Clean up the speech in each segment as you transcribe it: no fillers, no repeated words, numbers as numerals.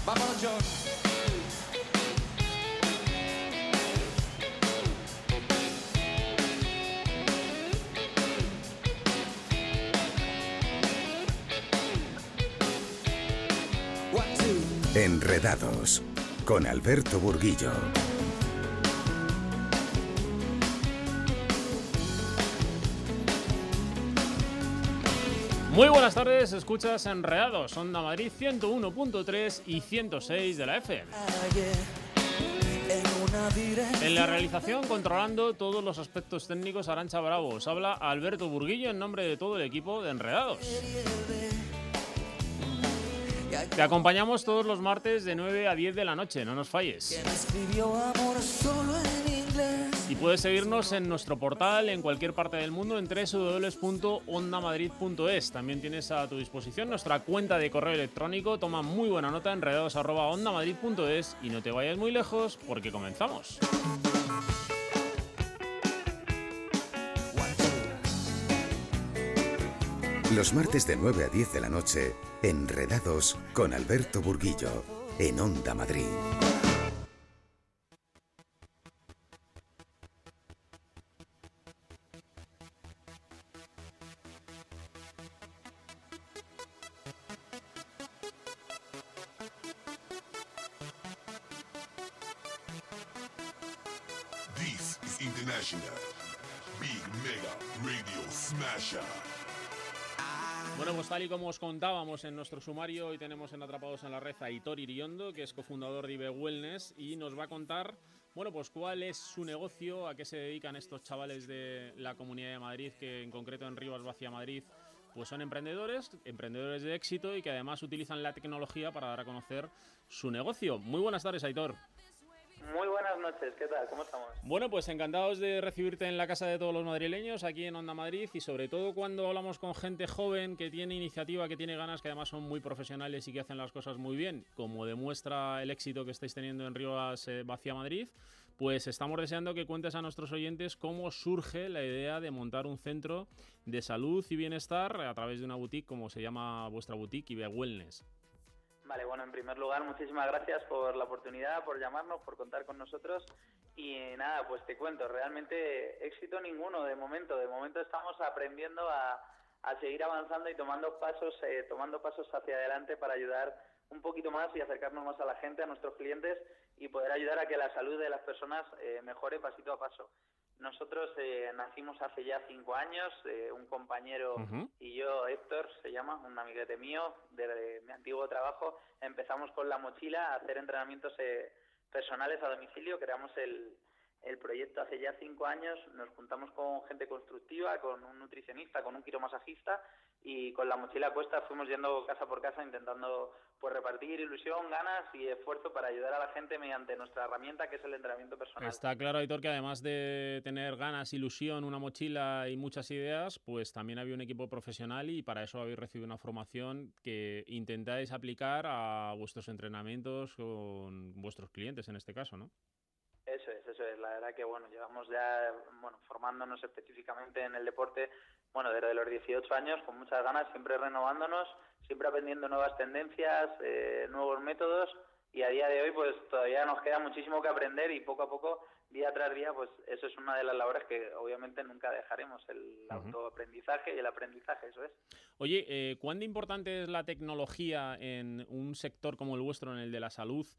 Vámonos, John. Enredados, con Alberto Burguillo. Muy buenas tardes, escuchas Enredados, Onda Madrid 101.3 y 106 de la FM. En la realización, controlando todos los aspectos técnicos, Arantxa Bravo. Os habla Alberto Burguillo en nombre de todo el equipo de Enredados. Te acompañamos todos los martes de 9 a 10 de la noche, no nos falles. Y puedes seguirnos en nuestro portal en cualquier parte del mundo en www.ondamadrid.es. También tienes a tu disposición nuestra cuenta de correo electrónico. Toma muy buena nota, enredados@ondamadrid.es, y no te vayas muy lejos porque comenzamos. Los martes de 9 a 10 de la noche, Enredados con Alberto Burguillo, en Onda Madrid. This is International Big Mega Radio Smasher. Bueno, pues tal y como os contábamos en nuestro sumario, hoy tenemos en Atrapados en la Red a Aitor Iriondo, que es cofundador de IB Wellness, y nos va a contar, bueno, pues cuál es su negocio, a qué se dedican estos chavales de la Comunidad de Madrid, que en concreto en Rivas Vacia Madrid, pues son emprendedores de éxito y que además utilizan la tecnología para dar a conocer su negocio. Muy buenas tardes, Aitor. Muy buenas noches, ¿qué tal? ¿Cómo estamos? Bueno, pues encantados de recibirte en la casa de todos los madrileños, aquí en Onda Madrid, y sobre todo cuando hablamos con gente joven que tiene iniciativa, que tiene ganas, que además son muy profesionales y que hacen las cosas muy bien, como demuestra el éxito que estáis teniendo en Rivas Vacia Madrid. Pues estamos deseando que cuentes a nuestros oyentes cómo surge la idea de montar un centro de salud y bienestar a través de una boutique, como se llama vuestra boutique, IB Wellness. Vale, bueno, en primer lugar, muchísimas gracias por la oportunidad, por llamarnos, por contar con nosotros. Y nada, pues te cuento, realmente éxito ninguno de momento. De momento estamos aprendiendo a seguir avanzando y tomando pasos hacia adelante para ayudar un poquito más y acercarnos más a la gente, a nuestros clientes, y poder ayudar a que la salud de las personas mejore pasito a paso. Nosotros nacimos hace ya 5 años, un compañero y yo, Héctor se llama, un amiguete mío de mi antiguo trabajo. Empezamos con la mochila a hacer entrenamientos personales a domicilio. Creamos el proyecto hace ya 5 años. Nos juntamos con gente constructiva, con un nutricionista, con un quiromasajista, y con la mochila a cuestas fuimos yendo casa por casa intentando pues repartir ilusión, ganas y esfuerzo para ayudar a la gente mediante nuestra herramienta, que es el entrenamiento personal. Está claro, Aitor, que además de tener ganas, ilusión, una mochila y muchas ideas, pues también había un equipo profesional, y para eso habéis recibido una formación que intentáis aplicar a vuestros entrenamientos con vuestros clientes en este caso, ¿no? Eso es. La verdad que, bueno, llevamos ya formándonos específicamente en el deporte, bueno, desde los 18 años, con muchas ganas, siempre renovándonos, siempre aprendiendo nuevas tendencias, nuevos métodos, y a día de hoy pues todavía nos queda muchísimo que aprender, y poco a poco, día tras día, pues eso es una de las labores que obviamente nunca dejaremos, el autoaprendizaje y el aprendizaje, eso es. Oye, ¿cuán importante es la tecnología en un sector como el vuestro, en el de la salud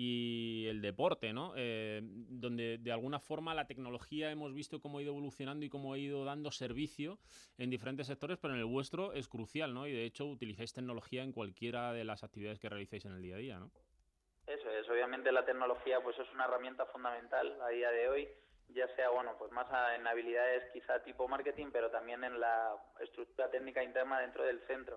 y el deporte, ¿no? Donde de alguna forma la tecnología hemos visto cómo ha ido evolucionando y cómo ha ido dando servicio en diferentes sectores, pero en el vuestro es crucial, ¿no? Y de hecho utilizáis tecnología en cualquiera de las actividades que realicéis en el día a día, ¿no? Eso es, obviamente la tecnología pues es una herramienta fundamental a día de hoy, ya sea, bueno, pues más en habilidades quizá tipo marketing, pero también en la estructura técnica interna dentro del centro.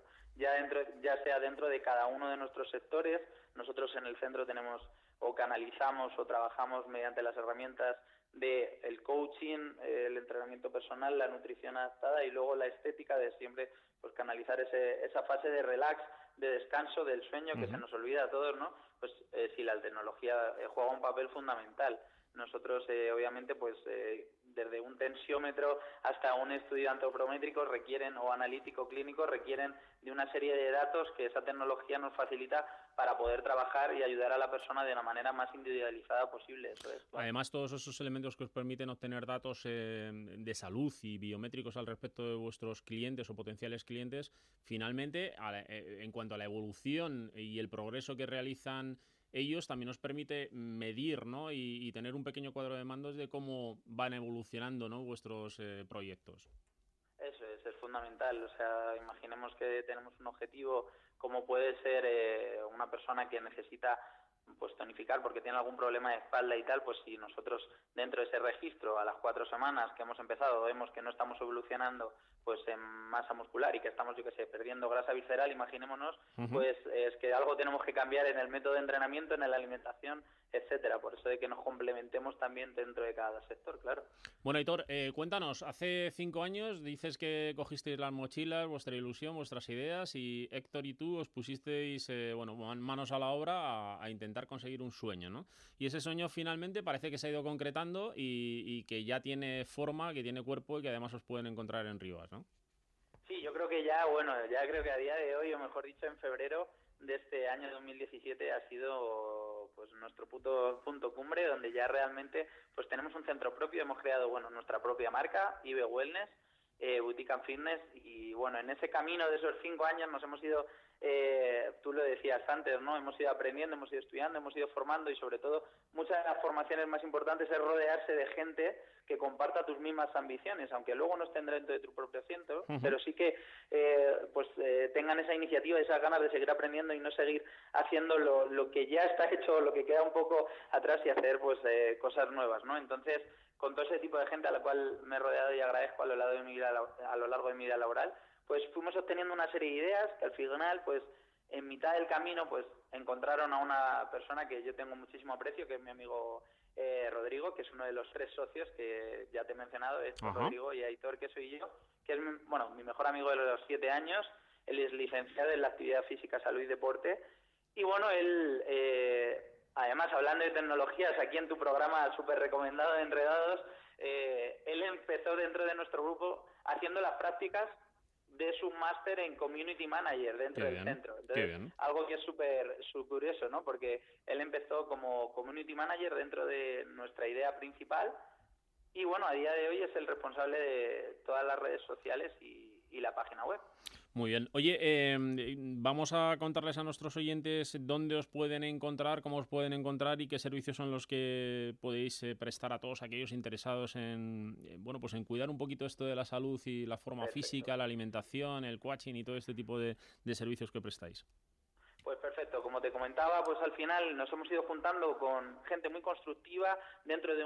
Ya sea dentro de cada uno de nuestros sectores, nosotros en el centro tenemos o canalizamos o trabajamos mediante las herramientas de el coaching, el entrenamiento personal, la nutrición adaptada y luego la estética de siempre pues canalizar esa fase de relax, de descanso, del sueño que se nos olvida a todos, ¿no? Pues sí, la tecnología juega un papel fundamental. Nosotros, obviamente, pues desde un tensiómetro hasta un estudio antropométrico o analítico clínico requieren de una serie de datos que esa tecnología nos facilita para poder trabajar y ayudar a la persona de la manera más individualizada posible. Eso es, claro. Además, todos esos elementos que os permiten obtener datos de salud y biométricos al respecto de vuestros clientes o potenciales clientes, finalmente, en cuanto a la evolución y el progreso que realizan ellos, también nos permite medir, ¿no? y tener un pequeño cuadro de mandos de cómo van evolucionando, ¿no? vuestros proyectos. Eso es fundamental. O sea, imaginemos que tenemos un objetivo como puede ser una persona que necesita pues tonificar porque tiene algún problema de espalda y tal, pues si nosotros dentro de ese registro a las 4 semanas que hemos empezado vemos que no estamos evolucionando pues en masa muscular y que estamos, yo qué sé, perdiendo grasa visceral, imaginémonos, pues es que algo tenemos que cambiar en el método de entrenamiento, en la alimentación, etcétera. Por eso de que nos complementemos también dentro de cada sector, claro. Bueno, Aitor, cuéntanos, hace 5 años dices que cogisteis las mochilas, vuestra ilusión, vuestras ideas, y Héctor y tú os pusisteis manos a la obra a intentar conseguir un sueño, ¿no? Y ese sueño finalmente parece que se ha ido concretando y que ya tiene forma, que tiene cuerpo y que además os pueden encontrar en Rivas, ¿no? Sí, yo creo que ya creo que a día de hoy, o mejor dicho, en febrero de este año 2017 ha sido pues nuestro punto cumbre, donde ya realmente pues tenemos un centro propio, hemos creado nuestra propia marca, IB Wellness, Boutique and Fitness, y en ese camino de esos 5 años nos hemos ido, tú lo decías antes, ¿no? Hemos ido aprendiendo, hemos ido estudiando, hemos ido formando, y sobre todo muchas de las formaciones más importantes es rodearse de gente que comparta tus mismas ambiciones, aunque luego no estén dentro de tu propio centro, pero sí que tengan esa iniciativa, esas ganas de seguir aprendiendo y no seguir haciendo lo que ya está hecho, lo que queda un poco atrás, y hacer cosas nuevas, ¿no? Entonces, con todo ese tipo de gente a la cual me he rodeado y agradezco a lo largo de mi vida laboral, pues fuimos obteniendo una serie de ideas que al final, pues en mitad del camino, pues encontraron a una persona que yo tengo muchísimo aprecio, que es mi amigo Rodrigo, que es uno de los 3 socios que ya te he mencionado, es Rodrigo y Aitor, que soy yo, que es mi mejor amigo de los 7 años. Él es licenciado en la actividad física, salud y deporte, y él... además, hablando de tecnologías, aquí en tu programa súper recomendado de Enredados, él empezó dentro de nuestro grupo haciendo las prácticas de su máster en Community Manager dentro del centro. Entonces, algo que es súper curioso, ¿no? Porque él empezó como Community Manager dentro de nuestra idea principal y, a día de hoy es el responsable de todas las redes sociales y la página web. Muy bien. Oye, vamos a contarles a nuestros oyentes dónde os pueden encontrar, cómo os pueden encontrar y qué servicios son los que podéis prestar a todos aquellos interesados en cuidar un poquito esto de la salud y la forma física, la alimentación, el coaching y todo este tipo de servicios que prestáis. Pues perfecto, como te comentaba, pues al final nos hemos ido juntando con gente muy constructiva dentro de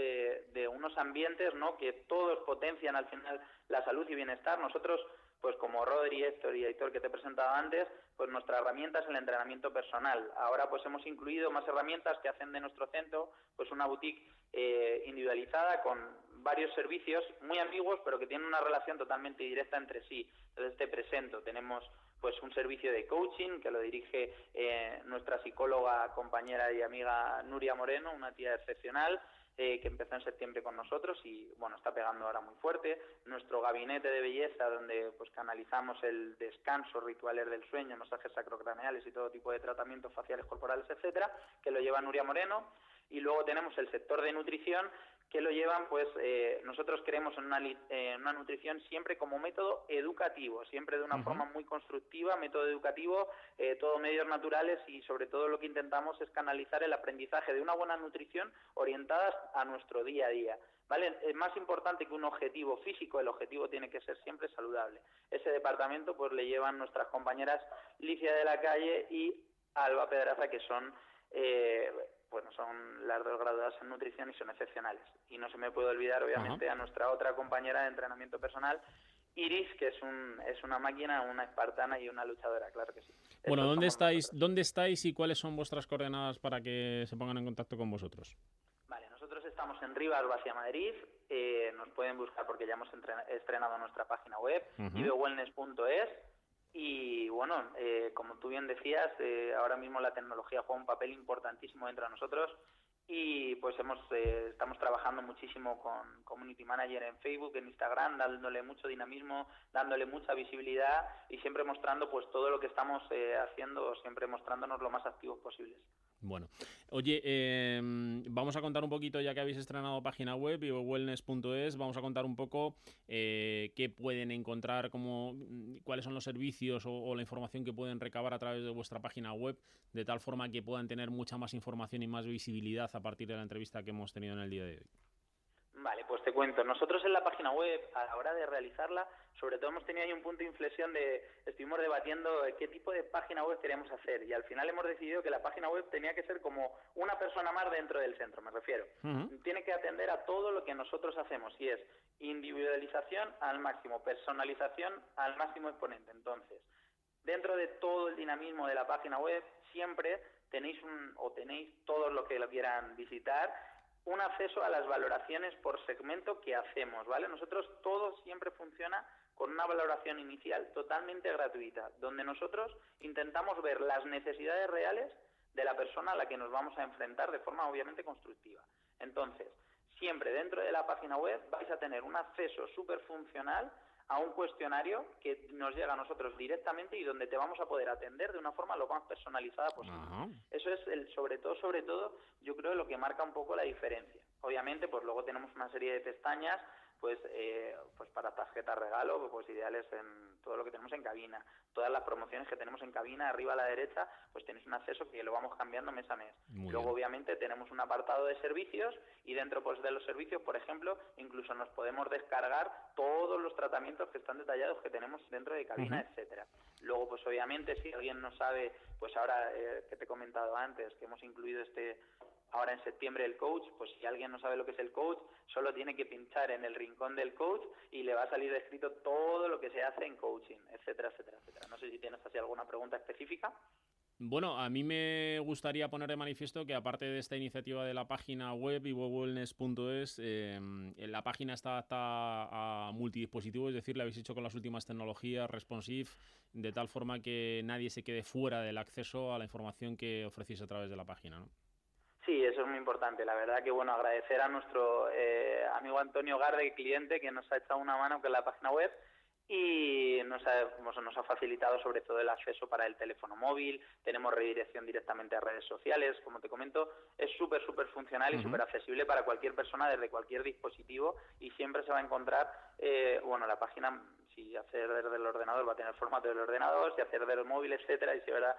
unos ambientes, ¿no? Que todos potencian al final la salud y bienestar. Nosotros, pues como Rodri, Héctor y Aitor, que te he presentado antes, pues nuestra herramienta es el entrenamiento personal. Ahora pues hemos incluido más herramientas que hacen de nuestro centro pues una boutique individualizada con varios servicios muy ambiguos, pero que tienen una relación totalmente directa entre sí. Entonces te presento, tenemos pues un servicio de coaching que lo dirige nuestra psicóloga, compañera y amiga Nuria Moreno, una tía excepcional, que empezó en septiembre con nosotros y está pegando ahora muy fuerte. Nuestro gabinete de belleza, donde pues canalizamos el descanso, rituales del sueño, masajes sacrocraneales y todo tipo de tratamientos faciales, corporales, etcétera, que lo lleva Nuria Moreno. Y luego tenemos el sector de nutrición, que lo llevan, nosotros creemos en una nutrición siempre como método educativo, siempre de una forma muy constructiva, método educativo, todo medios naturales, y sobre todo lo que intentamos es canalizar el aprendizaje de una buena nutrición orientadas a nuestro día a día, ¿vale? Es más importante que un objetivo físico, el objetivo tiene que ser siempre saludable. Ese departamento pues le llevan nuestras compañeras Licia de la Calle y Alba Pedraza, que son... son las 2 graduadas en nutrición y son excepcionales. Y no se me puede olvidar, obviamente, a nuestra otra compañera de entrenamiento personal, Iris, que es una máquina, una espartana y una luchadora, claro que sí. Bueno, ¿dónde estáis y cuáles son vuestras coordenadas para que se pongan en contacto con vosotros? Vale, nosotros estamos en Rivas, Vacia, Madrid. Nos pueden buscar porque ya hemos estrenado nuestra página web, ibwellness.es. Y como tú bien decías, ahora mismo la tecnología juega un papel importantísimo dentro de nosotros y pues estamos trabajando muchísimo con Community Manager en Facebook, en Instagram, dándole mucho dinamismo, dándole mucha visibilidad y siempre mostrando pues todo lo que estamos haciendo, siempre mostrándonos lo más activos posibles. Bueno, oye, vamos a contar un poquito, ya que habéis estrenado página web, vivewellness.es, vamos a contar un poco qué pueden encontrar, cuáles son los servicios o la información que pueden recabar a través de vuestra página web, de tal forma que puedan tener mucha más información y más visibilidad a partir de la entrevista que hemos tenido en el día de hoy. Vale, pues te cuento. Nosotros en la página web, a la hora de realizarla, sobre todo hemos tenido ahí un punto de inflexión estuvimos debatiendo qué tipo de página web queríamos hacer y al final hemos decidido que la página web tenía que ser como una persona más dentro del centro, me refiero. Tiene que atender a todo lo que nosotros hacemos y es individualización al máximo, personalización al máximo exponente. Entonces, dentro de todo el dinamismo de la página web, siempre tenéis todos los que lo quieran visitar, un acceso a las valoraciones por segmento que hacemos, ¿vale? Nosotros todo siempre funciona con una valoración inicial totalmente gratuita, donde nosotros intentamos ver las necesidades reales de la persona a la que nos vamos a enfrentar de forma obviamente constructiva. Entonces, siempre dentro de la página web vais a tener un acceso súper funcional a un cuestionario que nos llega a nosotros directamente y donde te vamos a poder atender de una forma lo más personalizada posible. Ajá. Eso es sobre todo, yo creo lo que marca un poco la diferencia. Obviamente, pues luego tenemos una serie de pestañas, pues para tarjetas regalo, pues ideales en todo lo que tenemos en cabina. Todas las promociones que tenemos en cabina, arriba a la derecha, pues tenéis un acceso que lo vamos cambiando mes a mes. Luego, obviamente, tenemos un apartado de servicios y dentro pues de los servicios, por ejemplo, incluso nos podemos descargar todos los tratamientos que están detallados que tenemos dentro de cabina, etcétera. Luego, pues obviamente, si alguien no sabe, pues ahora que te he comentado antes, que hemos incluido ahora en septiembre el coach, pues si alguien no sabe lo que es el coach, solo tiene que pinchar en el rincón del coach y le va a salir descrito todo lo que se hace en coaching, etcétera, etcétera, etcétera. No sé si tienes así alguna pregunta específica. Bueno, a mí me gustaría poner de manifiesto que aparte de esta iniciativa de la página web vivewellness.es, la página está adaptada a multidispositivos, es decir, la habéis hecho con las últimas tecnologías, responsive, de tal forma que nadie se quede fuera del acceso a la información que ofrecéis a través de la página, ¿no? Sí, eso es muy importante. La verdad que, bueno, agradecer a nuestro amigo Antonio Garde, cliente, que nos ha echado una mano con la página web y nos ha facilitado sobre todo el acceso para el teléfono móvil. Tenemos redirección directamente a redes sociales. Como te comento, es súper funcional y súper accesible para cualquier persona desde cualquier dispositivo y siempre se va a encontrar, la página, si hacer desde el ordenador va a tener formato del ordenador, si hacer desde el móvil, etcétera, y se verá,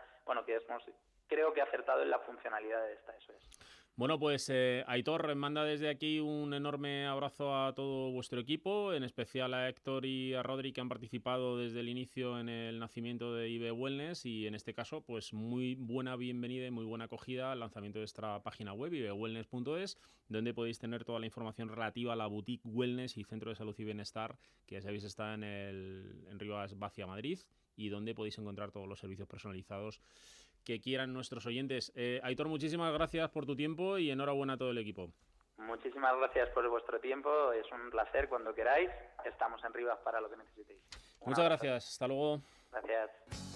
creo que he acertado en la funcionalidad de esta, eso es. Bueno, pues Aitor, manda desde aquí un enorme abrazo a todo vuestro equipo, en especial a Héctor y a Rodri, que han participado desde el inicio en el nacimiento de IB Wellness, y en este caso, pues muy buena bienvenida y muy buena acogida al lanzamiento de esta página web, ibwellness.es, donde podéis tener toda la información relativa a la boutique Wellness y Centro de Salud y Bienestar, que ya sabéis está en Rivas Vacia, Madrid, y donde podéis encontrar todos los servicios personalizados que quieran nuestros oyentes. Aitor, muchísimas gracias por tu tiempo y enhorabuena a todo el equipo. Muchísimas gracias por vuestro tiempo, es un placer cuando queráis, estamos en Rivas para lo que necesitéis. Muchas gracias, hasta luego. Gracias.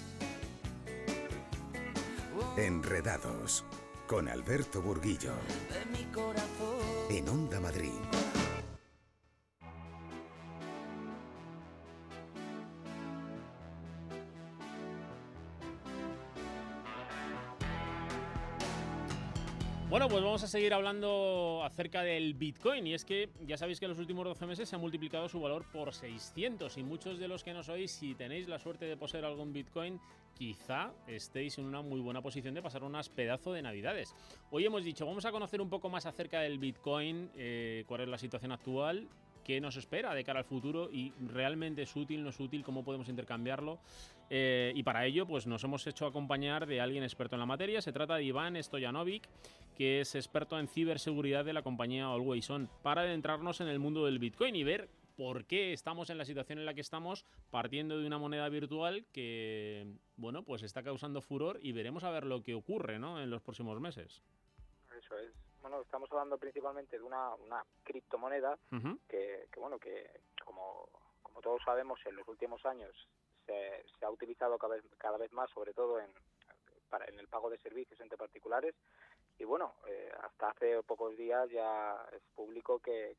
Enredados, con Alberto Burguillo, en Onda Madrid. Bueno, pues vamos a seguir hablando acerca del Bitcoin, y es que ya sabéis que en los últimos 12 meses se ha multiplicado su valor por 600 y muchos de los que nos oís, si tenéis la suerte de poseer algún Bitcoin, quizá estéis en una muy buena posición de pasar unas pedazos de navidades. Hoy hemos dicho, vamos a conocer un poco más acerca del Bitcoin, cuál es la situación actual, qué nos espera de cara al futuro y realmente es útil, no es útil, cómo podemos intercambiarlo. Y para ello pues nos hemos hecho acompañar de alguien experto en la materia. Se trata de Iván Stojanovic, que es experto en ciberseguridad de la compañía Always On, para adentrarnos en el mundo del Bitcoin y ver por qué estamos en la situación en la que estamos, partiendo de una moneda virtual que, bueno, pues está causando furor, y veremos a ver lo que ocurre, ¿no?, en los próximos meses. Eso es. Bueno, estamos hablando principalmente de una criptomoneda que como todos sabemos, en los últimos años se ha utilizado cada vez más, sobre todo en el pago de servicios entre particulares, bueno, hasta hace pocos días ya es público que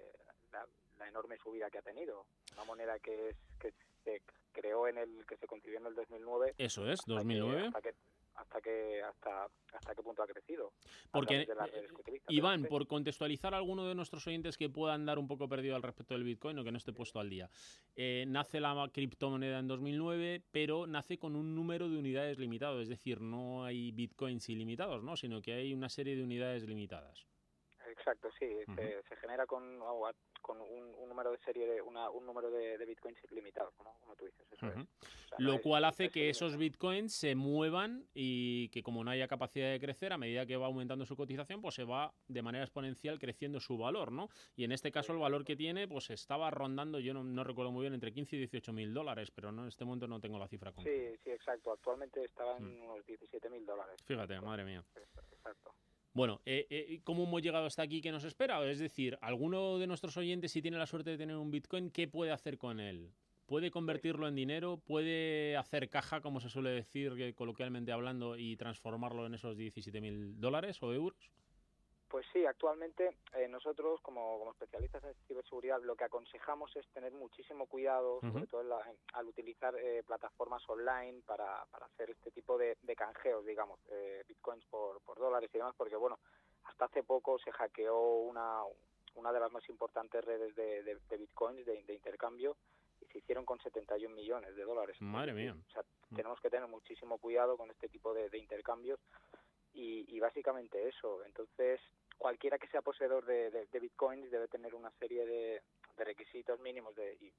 la enorme subida que ha tenido. Una moneda que se creó que se concibió en el 2009. Eso es, 2009. Hasta qué punto ha crecido. Porque, Iván, por contextualizar a alguno de nuestros oyentes que pueda andar un poco perdido al respecto del Bitcoin o que no esté puesto al día, nace la criptomoneda en 2009, pero nace con un número de unidades limitado, es decir, no hay Bitcoins ilimitados, ¿no? Sino que hay una serie de unidades limitadas. Exacto, sí. Se genera con un número de serie, un número de bitcoins limitados, como tú dices. Eso es. O sea, lo cual hace que esos bitcoins se muevan y que, como no haya capacidad de crecer, a medida que va aumentando su cotización, pues se va de manera exponencial creciendo su valor, ¿no? Y en este caso el valor que tiene, pues estaba rondando, yo no recuerdo muy bien, entre 15 y 18 mil dólares, pero en este momento no tengo la cifra completa. Sí, exacto. Actualmente estaba en unos 17 mil dólares. Fíjate, madre mía. Exacto. Bueno, ¿cómo hemos llegado hasta aquí? ¿Qué nos espera? Es decir, alguno de nuestros oyentes, si tiene la suerte de tener un Bitcoin, ¿qué puede hacer con él? ¿Puede convertirlo en dinero? ¿Puede hacer caja, como se suele decir coloquialmente hablando, y transformarlo en esos 17 mil dólares o euros? Pues sí, actualmente nosotros como especialistas en ciberseguridad lo que aconsejamos es tener muchísimo cuidado, sobre todo al utilizar plataformas online para hacer este tipo de canjeos, digamos, bitcoins por dólares y demás, porque bueno, hasta hace poco se hackeó una de las más importantes redes de bitcoins de intercambio y se hicieron con 71 millones de dólares. Madre mía. O sea, tenemos que tener muchísimo cuidado con este tipo de intercambios. Y básicamente eso. Entonces, cualquiera que sea poseedor de bitcoins debe tener una serie de requisitos mínimos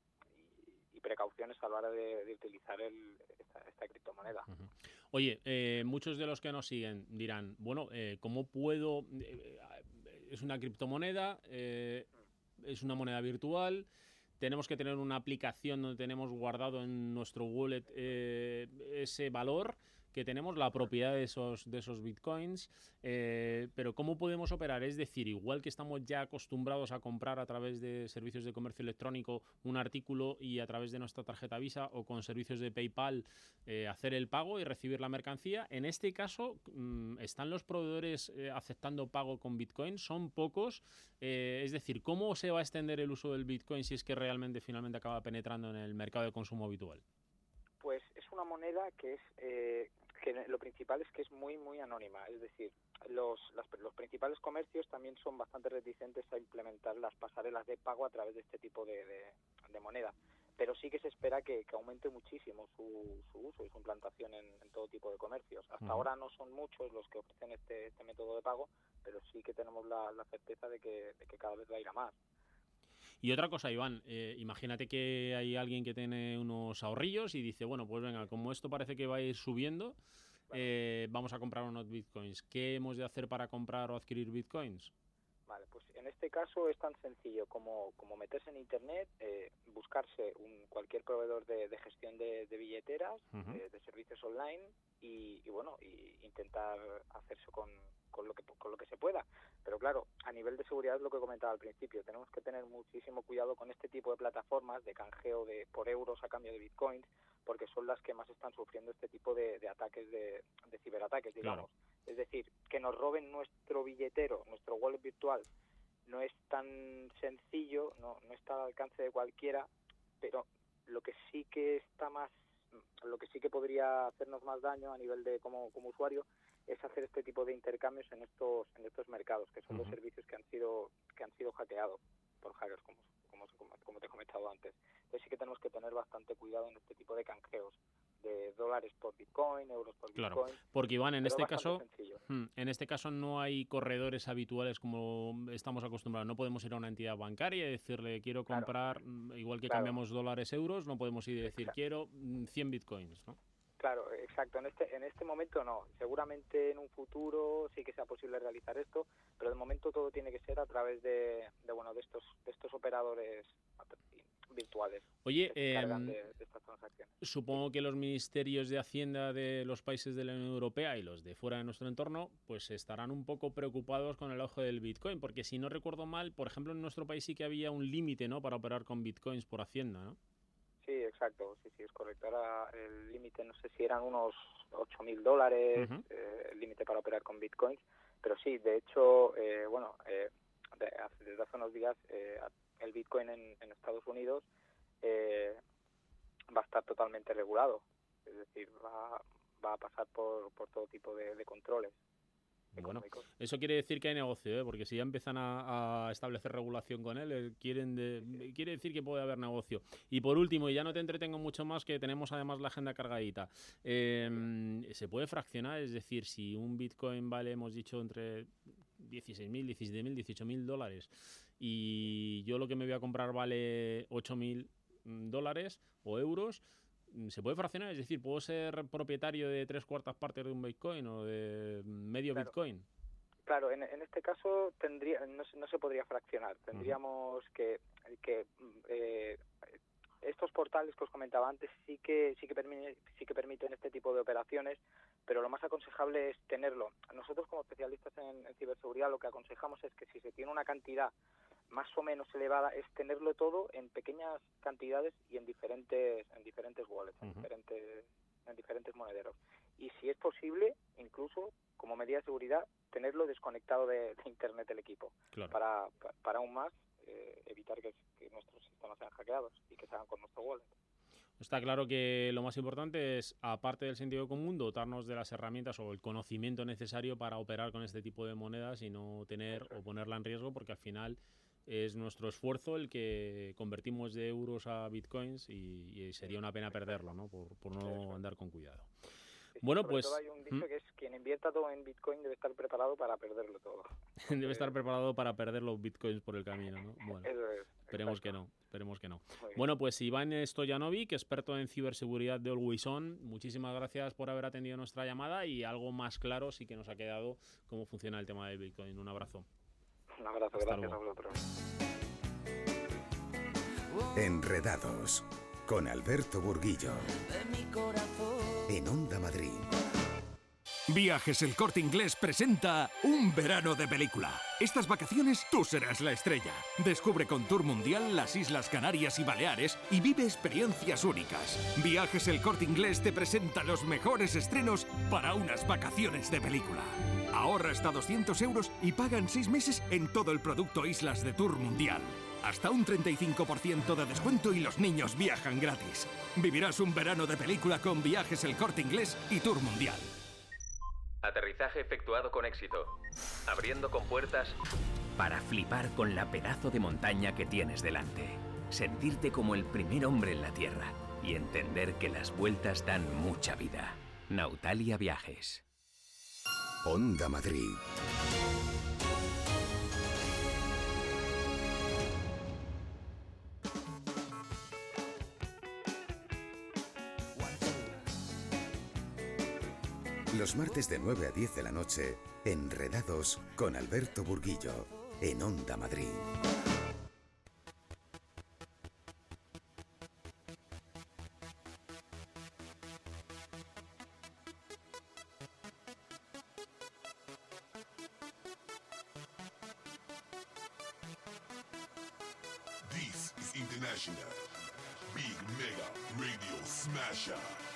y precauciones a la hora de utilizar esta criptomoneda. Oye, muchos de los que nos siguen dirán, bueno, ¿cómo puedo...? Es una criptomoneda, es una moneda virtual, tenemos que tener una aplicación donde tenemos guardado en nuestro wallet ese valor que tenemos, la propiedad de esos bitcoins, pero ¿cómo podemos operar? Es decir, igual que estamos ya acostumbrados a comprar a través de servicios de comercio electrónico un artículo y a través de nuestra tarjeta Visa o con servicios de PayPal hacer el pago y recibir la mercancía, en este caso, ¿están los proveedores aceptando pago con bitcoin? ¿Son pocos? Es decir, ¿cómo se va a extender el uso del bitcoin si es que realmente finalmente acaba penetrando en el mercado de consumo habitual? Pues es una moneda que lo principal es que es muy, muy anónima. Es decir, los principales comercios también son bastante reticentes a implementar las pasarelas de pago a través de este tipo de moneda. Pero sí que se espera que aumente muchísimo su uso y su implantación en todo tipo de comercios. Hasta ahora no son muchos los que ofrecen este método de pago, pero sí que tenemos la certeza de que cada vez va a ir a más. Y otra cosa, Iván, imagínate que hay alguien que tiene unos ahorrillos y dice, bueno, pues venga, como esto parece que va a ir subiendo, vamos a comprar unos bitcoins. ¿Qué hemos de hacer para comprar o adquirir bitcoins? Vale, pues en este caso es tan sencillo como meterse en internet, buscarse cualquier proveedor de gestión de billeteras, de servicios online y intentar hacerse con lo que se pueda. Pero claro, a nivel de seguridad es lo que comentaba al principio, tenemos que tener muchísimo cuidado con este tipo de plataformas de canjeo por euros a cambio de bitcoins, porque son las que más están sufriendo este tipo de ataques, de ciberataques, digamos. Claro. Es decir, que nos roben nuestro billetero, nuestro wallet virtual, no es tan sencillo, no está al alcance de cualquiera, pero lo que sí que podría hacernos más daño a nivel de como usuario es hacer este tipo de intercambios en estos mercados, que son los servicios que han sido hackeados por hackers, como te he comentado antes. Entonces sí que tenemos que tener bastante cuidado en este tipo de canjeos de dólares por bitcoin, euros por bitcoin. Claro, porque Iván, en este caso no hay corredores habituales como estamos acostumbrados. No podemos ir a una entidad bancaria y decirle quiero comprar, igual que cambiamos dólares, euros, no podemos ir y decir quiero 100 bitcoins, ¿no? Claro, exacto. En este momento no. Seguramente en un futuro sí que sea posible realizar esto, pero de momento todo tiene que ser a través de estos operadores virtuales. Oye, que se encargan de estas transacciones. Supongo que los ministerios de Hacienda de los países de la Unión Europea y los de fuera de nuestro entorno pues estarán un poco preocupados con el auge del Bitcoin, porque si no recuerdo mal, por ejemplo, en nuestro país sí que había un límite, ¿no?, para operar con Bitcoins por Hacienda, ¿no? Sí, exacto, sí, es correcto. Ahora el límite, no sé si eran unos $8.000, el límite para operar con bitcoins, Pero sí, de hecho, desde hace unos días el Bitcoin en Estados Unidos va a estar totalmente regulado, es decir, va a pasar por todo tipo de controles. Bueno, eso quiere decir que hay negocio, porque si ya empiezan a establecer regulación con él, quiere decir que puede haber negocio. Y por último, y ya no te entretengo mucho más, que tenemos además la agenda cargadita, ¿se puede fraccionar? Es decir, si un Bitcoin vale, hemos dicho, entre 16.000, 17.000, 18.000 dólares y yo lo que me voy a comprar vale 8.000 dólares o euros, ¿se puede fraccionar? Es decir, ¿puedo ser propietario de 3/4 partes de un Bitcoin o de medio Bitcoin? Claro, en este caso no se podría fraccionar. Tendríamos que estos portales que os comentaba antes sí que permiten este tipo de operaciones, pero lo más aconsejable es tenerlo. Nosotros, como especialistas en ciberseguridad, lo que aconsejamos es que si se tiene una cantidad más o menos elevada, es tenerlo todo en pequeñas cantidades y en diferentes wallets, en diferentes monederos. Y si es posible, incluso como medida de seguridad, tenerlo desconectado de Internet el equipo, claro, para aún más evitar que nuestros sistemas sean hackeados y que se hagan con nuestro wallet. Está claro que lo más importante es, aparte del sentido común, dotarnos de las herramientas o el conocimiento necesario para operar con este tipo de monedas y no tener o ponerla en riesgo, porque al final es nuestro esfuerzo el que convertimos de euros a bitcoins y sería una pena perderlo, ¿no? Por no andar con cuidado. Bueno, sobre todo hay un dicho que es: quien invierta todo en Bitcoin debe estar preparado para perderlo todo. Debe estar preparado para perder los Bitcoins por el camino, ¿no? Bueno, esperemos que no. Bueno, pues Iván Stojanovic, experto en ciberseguridad de Always On, muchísimas gracias por haber atendido nuestra llamada y algo más claro sí que nos ha quedado cómo funciona el tema del Bitcoin. Un abrazo. Un abrazo, gracias a vosotros. Enredados, con Alberto Burguillo, en Onda Madrid. Viajes El Corte Inglés presenta Un verano de película. Estas vacaciones tú serás la estrella. Descubre con Tour Mundial las Islas Canarias y Baleares y vive experiencias únicas. Viajes El Corte Inglés te presenta los mejores estrenos para unas vacaciones de película. Ahorra hasta 200 euros y paga en 6 meses en todo el producto Islas de Tour Mundial. Hasta un 35% de descuento y los niños viajan gratis. Vivirás un verano de película con Viajes El Corte Inglés y Tour Mundial. Aterrizaje efectuado con éxito. Abriendo compuertas para flipar con la pedazo de montaña que tienes delante. Sentirte como el primer hombre en la Tierra y entender que las vueltas dan mucha vida. Nautalia Viajes. Onda Madrid. Los martes de 9 a 10 de la noche, Enredados con Alberto Burguillo, en Onda Madrid. This is International Big Mega Radio Smasher.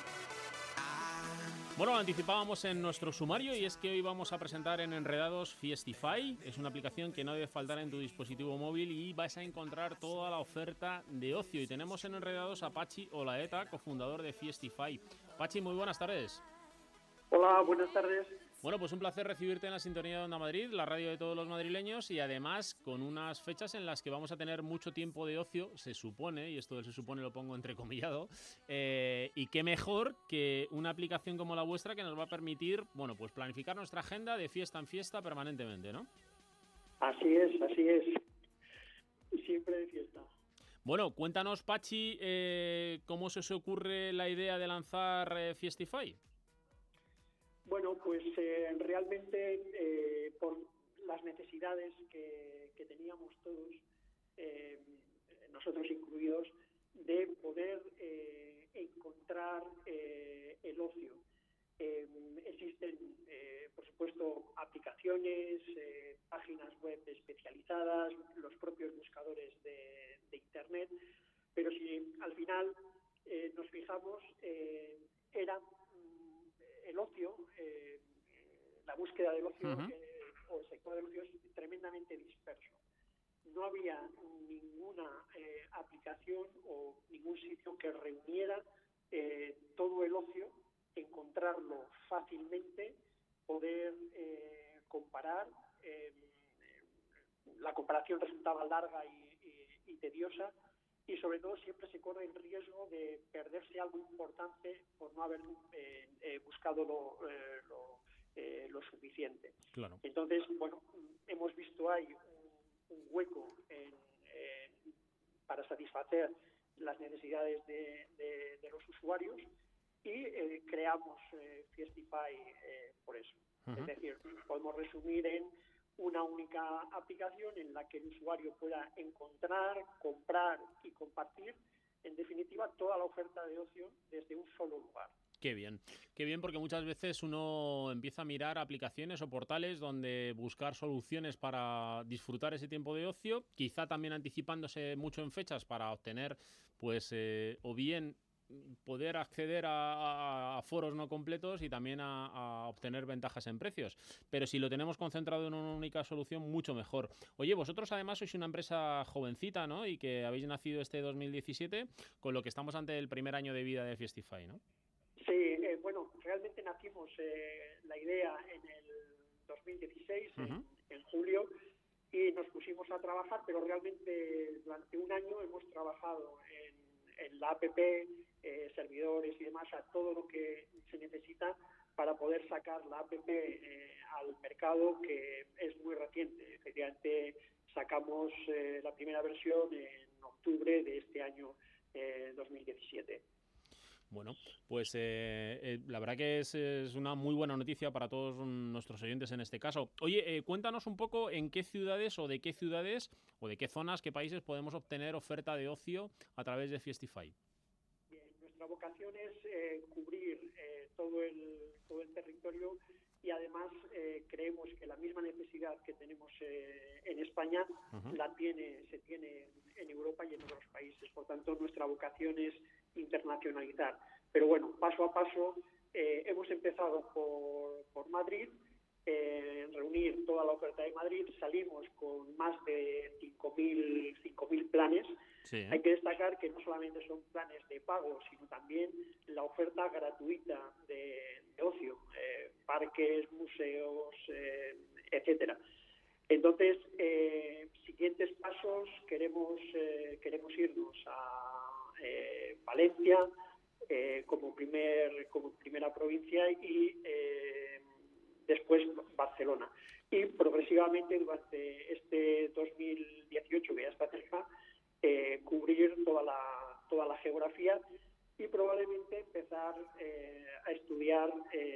Bueno, lo anticipábamos en nuestro sumario y es que hoy vamos a presentar en Enredados Fiestify. Es una aplicación que no debe faltar en tu dispositivo móvil y vas a encontrar toda la oferta de ocio. Y tenemos en Enredados a Pachi Olaeta, cofundador de Fiestify. Pachi, muy buenas tardes. Hola, buenas tardes. Bueno, pues un placer recibirte en la sintonía de Onda Madrid, la radio de todos los madrileños, y además con unas fechas en las que vamos a tener mucho tiempo de ocio, se supone, y esto del se supone lo pongo entrecomillado, y qué mejor que una aplicación como la vuestra que nos va a permitir, bueno, pues planificar nuestra agenda de fiesta en fiesta permanentemente, ¿no? Así es. Siempre de fiesta. Bueno, cuéntanos, Pachi, ¿cómo se os ocurre la idea de lanzar Fiestify? Bueno, pues realmente por las necesidades que teníamos todos, nosotros incluidos, de poder encontrar el ocio. Existen, por supuesto, aplicaciones, páginas web especializadas, los propios buscadores de Internet, pero si al final nos fijamos, era el ocio, la búsqueda del ocio, o el sector del ocio es tremendamente disperso. No había ninguna aplicación o ningún sitio que reuniera todo el ocio, encontrarlo fácilmente, poder comparar. La comparación resultaba larga y tediosa, y sobre todo siempre se corre el riesgo de perderse algo importante por no haber buscado lo suficiente. Claro. Entonces, bueno, hemos visto ahí un hueco para satisfacer las necesidades de los usuarios, y creamos Fiestify por eso. Es decir, podemos resumir en una única aplicación en la que el usuario pueda encontrar, comprar y compartir, en definitiva, toda la oferta de ocio desde un solo lugar. Qué bien, porque muchas veces uno empieza a mirar aplicaciones o portales donde buscar soluciones para disfrutar ese tiempo de ocio, quizá también anticipándose mucho en fechas para obtener, pues, o bien poder acceder a foros no completos y también a obtener ventajas en precios. Pero si lo tenemos concentrado en una única solución, mucho mejor. Oye, vosotros además sois una empresa jovencita, ¿no? Y que habéis nacido este 2017, con lo que estamos ante el primer año de vida de Fiestify, ¿no? Sí, bueno, realmente nacimos la idea en el 2016, en julio, y nos pusimos a trabajar, pero realmente durante un año hemos trabajado en la app, servidores y demás, a todo lo que se necesita para poder sacar la app al mercado, que es muy reciente. Efectivamente, sacamos la primera versión en octubre de este año 2017. Bueno, pues la verdad que es una muy buena noticia para todos nuestros oyentes en este caso. Oye, cuéntanos un poco en qué ciudades o de qué zonas, qué países podemos obtener oferta de ocio a través de Fiestify. Bien, nuestra vocación es cubrir todo el territorio, y además creemos que la misma necesidad que tenemos en España se tiene en Europa y en otros países. Por tanto, nuestra vocación es internacionalizar. Pero bueno, paso a paso, hemos empezado por Madrid, reunir toda la oferta de Madrid. Salimos con más de 5.000 planes. Sí. Hay que destacar que no solamente son planes de pago, sino también la oferta gratuita de ocio, parques, museos, etcétera. Entonces, siguientes pasos, queremos irnos a Valencia como primera provincia, y después Barcelona. Y progresivamente durante este 2018, que ya está cerca, cubrir toda la geografía, y probablemente empezar a estudiar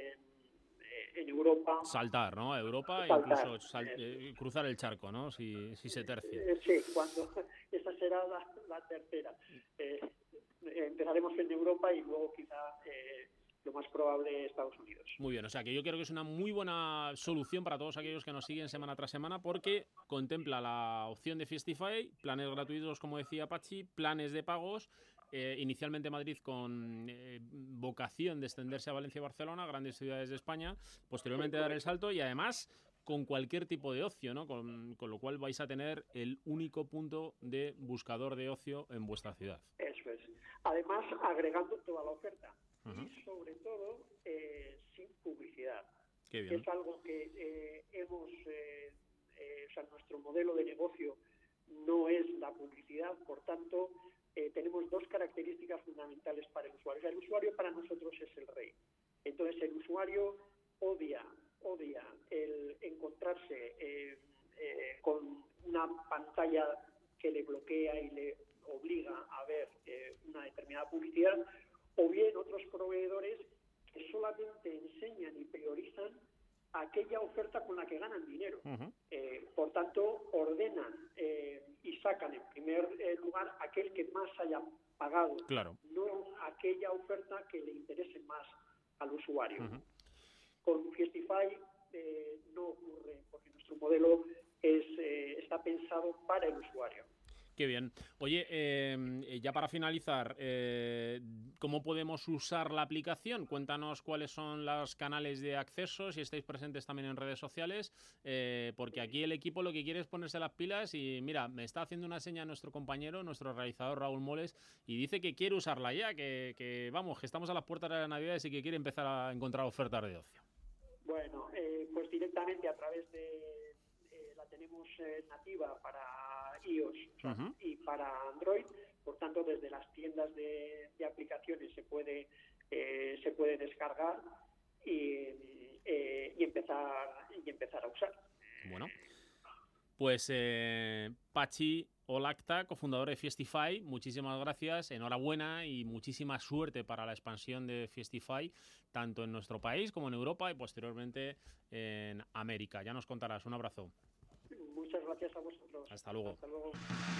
en Europa. Saltar, ¿no? A Europa, e incluso cruzar el charco, ¿no? Si se tercia. Sí, esa será la tercera. Empezaremos en Europa y luego quizá lo más probable Estados Unidos. Muy bien, o sea que yo creo que es una muy buena solución para todos aquellos que nos siguen semana tras semana, porque contempla la opción de Fiestify, planes gratuitos, como decía Pachi, planes de pagos, inicialmente Madrid con vocación de extenderse a Valencia y Barcelona, grandes ciudades de España, posteriormente dar el salto, y además con cualquier tipo de ocio, ¿no? Con lo cual vais a tener el único punto de buscador de ocio en vuestra ciudad. Eso es. Además, agregando toda la oferta. Y sobre todo sin publicidad. Qué bien. Es algo que nuestro modelo de negocio no es la publicidad. Por tanto, tenemos dos características fundamentales para el usuario. El usuario para nosotros es el rey. Entonces, el usuario odia el encontrarse con una pantalla que le bloquea y le obliga a ver una determinada publicidad, o bien otros proveedores que solamente enseñan y priorizan aquella oferta con la que ganan dinero. Por tanto, ordenan y sacan en primer lugar aquel que más haya pagado, claro, no aquella oferta que le interese más al usuario. Con Fiestify no ocurre, porque nuestro modelo está pensado para el usuario. Qué bien. Oye, ya para finalizar, ¿cómo podemos usar la aplicación? Cuéntanos cuáles son los canales de acceso, si estáis presentes también en redes sociales, porque aquí el equipo lo que quiere es ponerse las pilas y mira, me está haciendo una seña nuestro compañero, nuestro realizador Raúl Moles, y dice que quiere usarla ya, que vamos, que estamos a las puertas de las Navidades y que quiere empezar a encontrar ofertas de ocio. Bueno, pues directamente a través de... la tenemos nativa para iOS, o sea, y para Android, por tanto desde las tiendas de aplicaciones se puede descargar y empezar a usar. Bueno, pues Patxi Olakta, cofundador de Fiestify, muchísimas gracias, enhorabuena y muchísima suerte para la expansión de Fiestify, tanto en nuestro país como en Europa y posteriormente en América. Ya nos contarás, un abrazo. Muchas gracias a vosotros. Hasta luego. Hasta luego.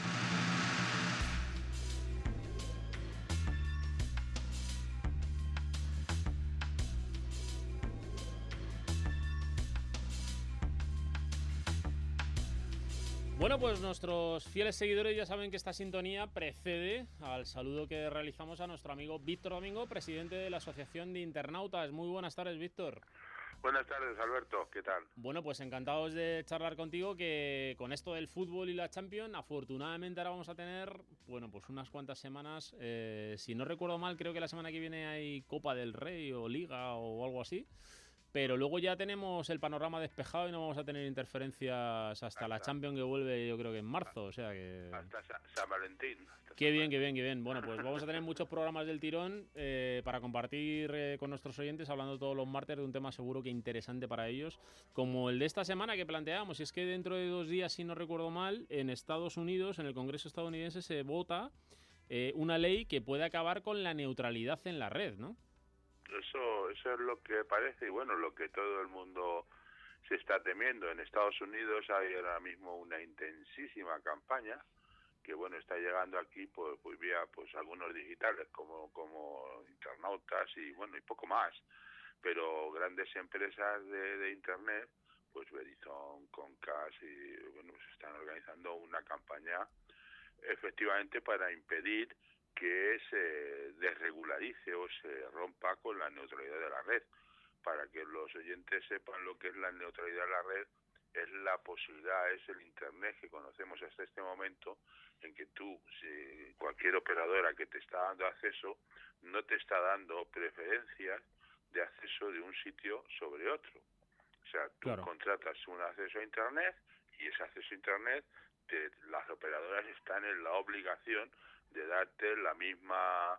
Bueno, pues nuestros fieles seguidores ya saben que esta sintonía precede al saludo que realizamos a nuestro amigo Víctor Domingo, presidente de la Asociación de Internautas. Muy buenas tardes, Víctor. Buenas tardes, Alberto. ¿Qué tal? Bueno, pues encantados de charlar contigo, que con esto del fútbol y la Champions, afortunadamente ahora vamos a tener, bueno, pues unas cuantas semanas. Si no recuerdo mal, creo que la semana que viene hay Copa del Rey o Liga o algo así. Pero luego ya tenemos el panorama despejado y no vamos a tener interferencias hasta la Champions, que vuelve yo creo que en marzo, o sea que... Hasta San Valentín. Qué bien, qué bien, qué bien. Bueno, pues vamos a tener muchos programas del tirón para compartir con nuestros oyentes, hablando todos los martes de un tema seguro que interesante para ellos, como el de esta semana que planteábamos. Y es que dentro de 2 días, si no recuerdo mal, en Estados Unidos, en el Congreso estadounidense, se vota una ley que puede acabar con la neutralidad en la red, ¿no? Eso es lo que parece, y bueno, lo que todo el mundo se está temiendo. En Estados Unidos hay ahora mismo una intensísima campaña que, bueno, está llegando aquí pues vía pues algunos digitales como internautas y, bueno, y poco más. Pero grandes empresas de Internet, pues Verizon, Comcast y, bueno, pues están organizando una campaña efectivamente para impedir que se desregularice o se rompa con la neutralidad de la red. Para que los oyentes sepan lo que es la neutralidad de la red, es la posibilidad, es el Internet que conocemos hasta este momento, en que tú, si cualquier operadora que te está dando acceso, no te está dando preferencias de acceso de un sitio sobre otro. O sea, tú contratas un acceso a Internet y ese acceso a Internet, las operadoras están en la obligación de darte la misma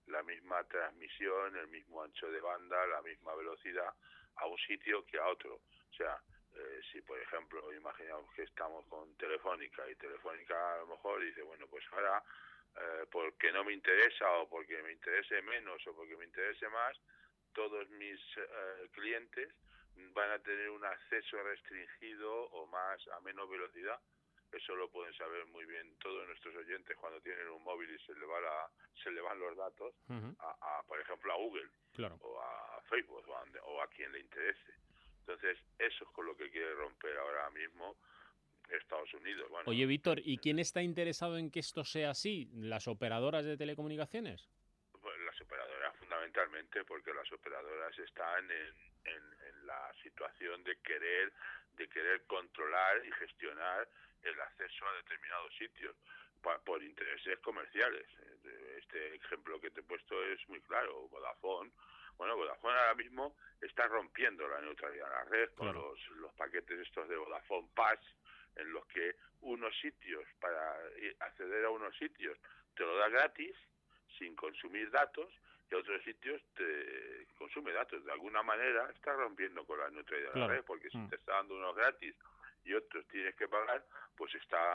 transmisión, el mismo ancho de banda, la misma velocidad a un sitio que a otro. O sea, si por ejemplo imaginamos que estamos con Telefónica y Telefónica a lo mejor dice, bueno, pues ahora porque no me interesa o porque me interese menos o porque me interese más, todos mis clientes van a tener un acceso restringido o a menos velocidad. Eso lo pueden saber muy bien todos nuestros oyentes cuando tienen un móvil y se le van los datos por ejemplo, a Google, o a Facebook o a quien le interese. Entonces, eso es con lo que quiere romper ahora mismo Estados Unidos. Bueno, oye, Víctor, ¿y quién está interesado en que esto sea así? ¿Las operadoras de telecomunicaciones? Pues las operadoras fundamentalmente, porque las operadoras están en la situación de querer controlar y gestionar el acceso a determinados sitios por intereses comerciales. Este ejemplo que te he puesto es muy claro. Vodafone ahora mismo está rompiendo la neutralidad de la red con los paquetes estos de Vodafone Pass, en los que unos sitios, para acceder a unos sitios, te lo da gratis, sin consumir datos, y otros sitios te consume datos. De alguna manera está rompiendo con la neutralidad de la red, porque si te está dando unos gratis y otros tienes que pagar, pues está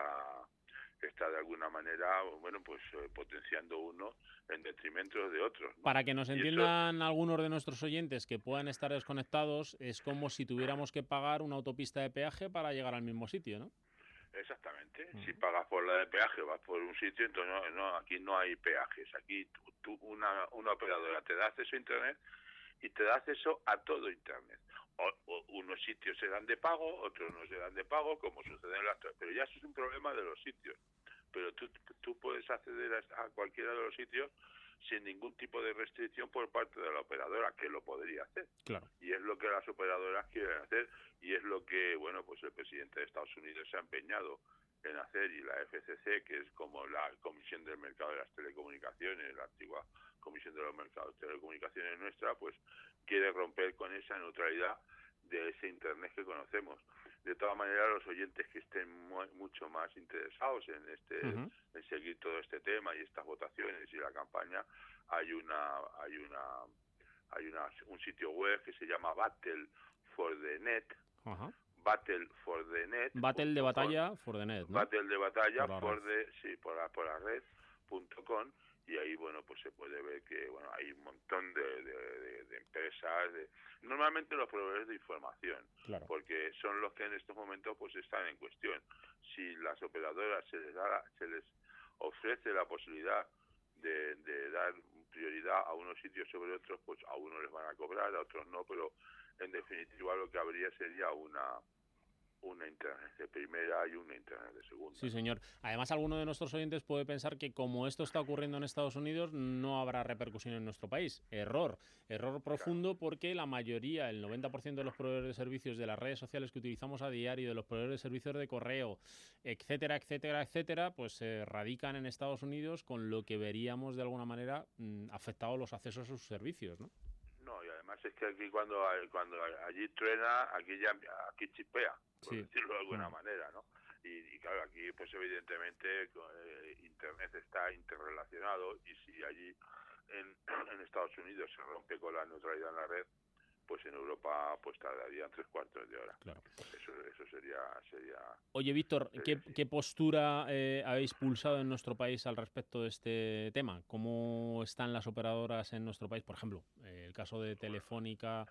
de alguna manera, bueno, pues potenciando uno en detrimento de otros, ¿no? Para que nos entiendan algunos de nuestros oyentes que puedan estar desconectados, es como si tuviéramos que pagar una autopista de peaje para llegar al mismo sitio, ¿no? Exactamente. Si pagas por la de peaje, vas por un sitio, entonces aquí no hay peajes. Aquí una operadora te da acceso a Internet y te da acceso a todo Internet. O unos sitios serán de pago, otros no serán de pago, como sucede en las... Pero ya eso es un problema de los sitios. pero tú puedes acceder a cualquiera de los sitios sin ningún tipo de restricción por parte de la operadora, que lo podría hacer. Claro. Y es lo que las operadoras quieren hacer, y es lo que, bueno, pues el presidente de Estados Unidos se ha empeñado en hacer, y la FCC, que es como la Comisión del Mercado de las Telecomunicaciones, la antigua Comisión de los Mercados de Telecomunicaciones nuestra, pues quiere romper con esa neutralidad de ese Internet que conocemos. De todas maneras, los oyentes que estén mucho más interesados en en seguir todo este tema y estas votaciones y la campaña, hay un sitio web que se llama Battle for the Net. Battle for the Net. Battle de batalla for the net, ¿no? Battle de batalla por la red.com, y ahí, bueno, pues se puede ver que, bueno, hay un montón de empresas, normalmente los proveedores de información, claro, porque son los que en estos momentos pues están en cuestión. Si las operadoras se les ofrece la posibilidad de dar prioridad a unos sitios sobre otros, pues a unos les van a cobrar, a otros no, pero en definitiva lo que habría sería una Internet de primera y una Internet de segunda. Sí, señor. Además, alguno de nuestros oyentes puede pensar que como esto está ocurriendo en Estados Unidos, no habrá repercusión en nuestro país. Error profundo, claro, porque la mayoría, el 90% de los proveedores de servicios de las redes sociales que utilizamos a diario, de los proveedores de servicios de correo, etcétera, etcétera, etcétera, pues se radican en Estados Unidos, con lo que veríamos de alguna manera afectados los accesos a sus servicios, ¿no? No, y además es que aquí cuando allí truena, aquí chipea, por decirlo de alguna manera, ¿no? Y claro, aquí pues evidentemente Internet está interrelacionado, y si allí en Estados Unidos se rompe con la neutralidad en la red, pues en Europa pues tardarían 3/4 de hora. Claro. Eso sería... Oye, Víctor, ¿qué postura habéis pulsado en nuestro país al respecto de este tema? ¿Cómo están las operadoras en nuestro país? Por ejemplo, el caso de Telefónica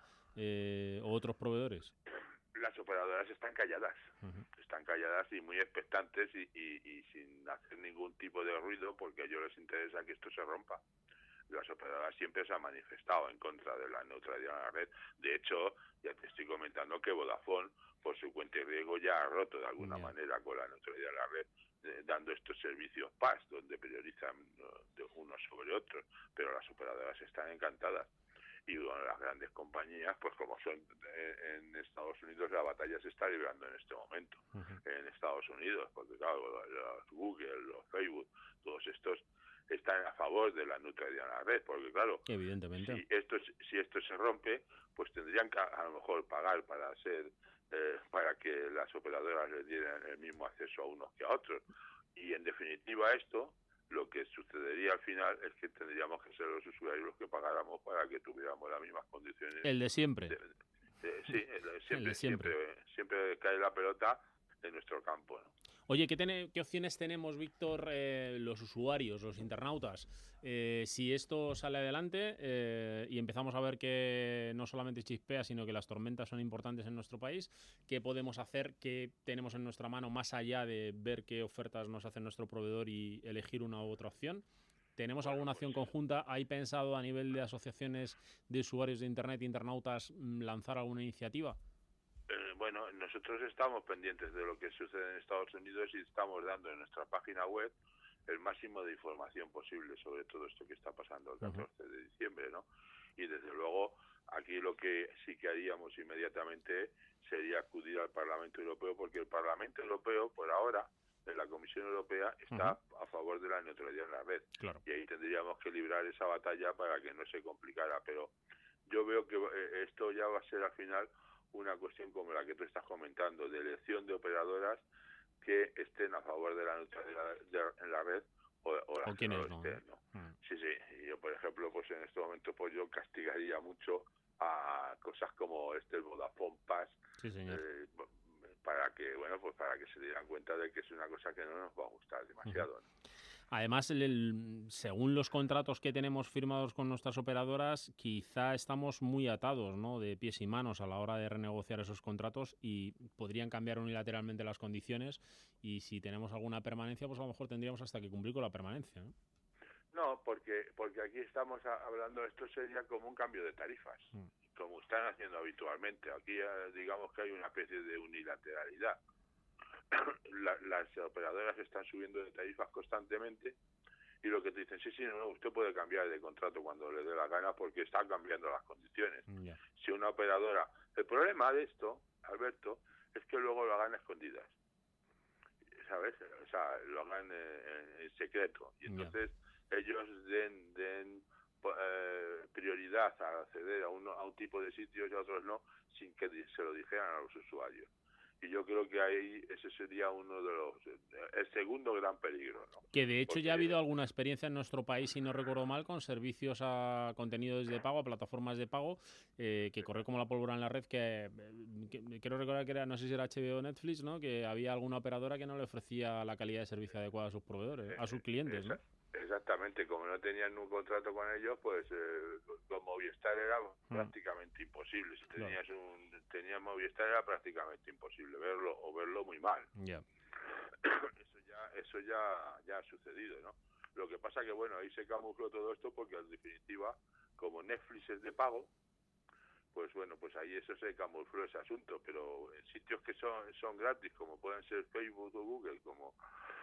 o otros proveedores. Las operadoras están calladas, están calladas y muy expectantes y sin hacer ningún tipo de ruido, porque a ellos les interesa que esto se rompa. Las operadoras siempre se han manifestado en contra de la neutralidad de la red. De hecho, ya te estoy comentando que Vodafone, por su cuenta y riesgo, ya ha roto de alguna manera con la neutralidad de la red, dando estos servicios PAS, donde priorizan de unos sobre otros, pero las operadoras están encantadas. Y bueno, las grandes compañías, pues como son en Estados Unidos, la batalla se está librando en este momento en Estados Unidos, porque claro, los Google, los Facebook, todos estos están a favor de la neutralidad en la red, porque claro, evidentemente, si esto se rompe, pues tendrían que a lo mejor pagar para que las operadoras les dieran el mismo acceso a unos que a otros, y en definitiva esto, lo que sucedería al final es que tendríamos que ser los usuarios los que pagáramos para que tuviéramos las mismas condiciones. El de siempre. Siempre cae la pelota en nuestro campo, ¿no? Oye, ¿qué opciones tenemos, Víctor, los usuarios, los internautas? Si esto sale adelante y empezamos a ver que no solamente chispea, sino que las tormentas son importantes en nuestro país, ¿qué podemos hacer? ¿Qué tenemos en nuestra mano más allá de ver qué ofertas nos hace nuestro proveedor y elegir una u otra opción? ¿Tenemos alguna acción conjunta? ¿Hay pensado a nivel de asociaciones de usuarios de Internet, internautas, lanzar alguna iniciativa? Bueno, nosotros estamos pendientes de lo que sucede en Estados Unidos y estamos dando en nuestra página web el máximo de información posible sobre todo esto que está pasando el 14 de diciembre, ¿no? Y desde luego aquí lo que sí que haríamos inmediatamente sería acudir al Parlamento Europeo, porque el Parlamento Europeo, por ahora, en la Comisión Europea, está a favor de la neutralidad en la red. Claro. Y ahí tendríamos que librar esa batalla para que no se complicara. Pero yo veo que esto ya va a ser al final una cuestión como la que tú estás comentando, de elección de operadoras que estén a favor de la neutralidad en la red o las que no lo estén, ¿no? Sí, y yo, por ejemplo, pues en este momento pues yo castigaría mucho a cosas como el Vodafone Pass, para que se dieran cuenta de que es una cosa que no nos va a gustar demasiado, ¿no? Además, según los contratos que tenemos firmados con nuestras operadoras, quizá estamos muy atados, ¿no?, de pies y manos a la hora de renegociar esos contratos, y podrían cambiar unilateralmente las condiciones, y si tenemos alguna permanencia, pues a lo mejor tendríamos hasta que cumplir con la permanencia, ¿no? No, porque aquí estamos hablando, esto sería como un cambio de tarifas, como están haciendo habitualmente. Aquí digamos que hay una especie de unilateralidad. las operadoras están subiendo de tarifas constantemente y lo que te dicen, sí, no, usted puede cambiar de contrato cuando le dé la gana porque están cambiando las condiciones. Yeah. Si una operadora... El problema de esto, Alberto, es que luego lo hagan escondidas, ¿sabes? O sea, lo hagan en secreto. Y entonces ellos den prioridad a acceder a un tipo de sitios y a otros no, sin que se lo dijeran a los usuarios. Y yo creo que ahí ese sería uno de el segundo gran peligro, ¿no? Que de hecho ya ha habido alguna experiencia en nuestro país, si no recuerdo mal, con servicios a contenidos de pago, a plataformas de pago, que corre como la pólvora en la red, que quiero recordar que era, no sé si era HBO o Netflix, ¿no? Que había alguna operadora que no le ofrecía la calidad de servicio adecuada a sus proveedores, a sus clientes, ¿no? Exactamente, como no tenían un contrato con ellos, pues con Movistar era prácticamente imposible. Si tenías Movistar era prácticamente imposible verlo muy mal. Yeah. Eso ya ha sucedido, ¿no? Lo que pasa que, bueno, ahí se camufló todo esto porque, en definitiva, como Netflix es de pago, pues bueno, pues ahí eso se camufló ese asunto, pero en sitios que son gratis, como pueden ser Facebook o Google, como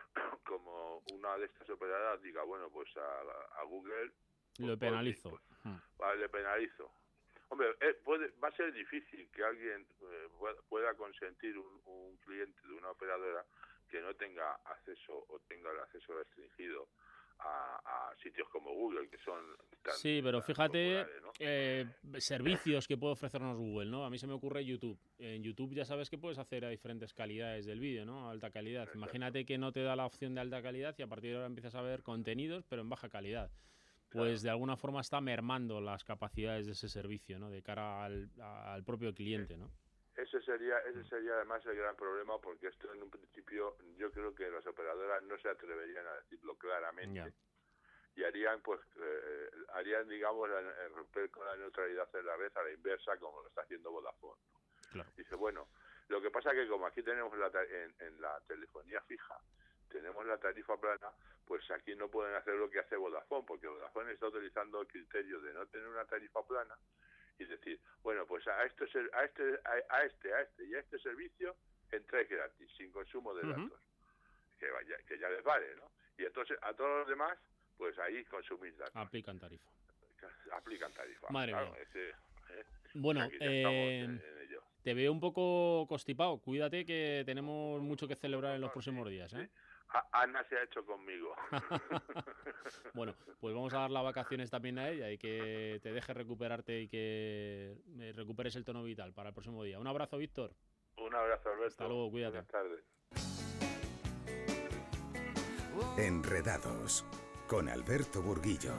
una de estas operadoras diga, bueno, pues a Google... Lo penalizo. Le penalizo. Hombre, va a ser difícil que alguien pueda consentir un cliente de una operadora que no tenga acceso o tenga el acceso restringido a sitios como Google, que son sí, pero fíjate, ¿no? Servicios que puede ofrecernos Google, ¿no? A mí se me ocurre YouTube. En YouTube ya sabes que puedes hacer a diferentes calidades del vídeo, ¿no? Alta calidad. Exacto. Imagínate que no te da la opción de alta calidad y a partir de ahora empiezas a ver contenidos, pero en baja calidad. Pues de alguna forma está mermando las capacidades de ese servicio, ¿no? De cara al propio cliente, ¿no? Ese sería además el gran problema, porque esto en un principio yo creo que las operadoras no se atreverían a decirlo claramente y harían digamos romper con la neutralidad en la red a la inversa, como lo está haciendo Vodafone, ¿no? Claro. Dice, bueno, lo que pasa es que como aquí tenemos en la telefonía fija tenemos la tarifa plana, pues aquí no pueden hacer lo que hace Vodafone, porque Vodafone está utilizando el criterio de no tener una tarifa plana y decir, bueno, pues a este y a este servicio entráis gratis, sin consumo de datos, que ya les vale, ¿no? Y entonces a todos los demás, pues ahí consumís datos. Aplican tarifa. Madre mía. Bueno, te veo un poco constipado. Cuídate que tenemos mucho que celebrar en los próximos días, ¿eh? Ana se ha hecho conmigo. Bueno, pues vamos a dar las vacaciones también a ella y que te deje recuperarte y que recuperes el tono vital para el próximo día. Un abrazo, Víctor. Un abrazo, Alberto. Hasta luego, cuídate. Buenas tardes. Enredados, con Alberto Burguillo.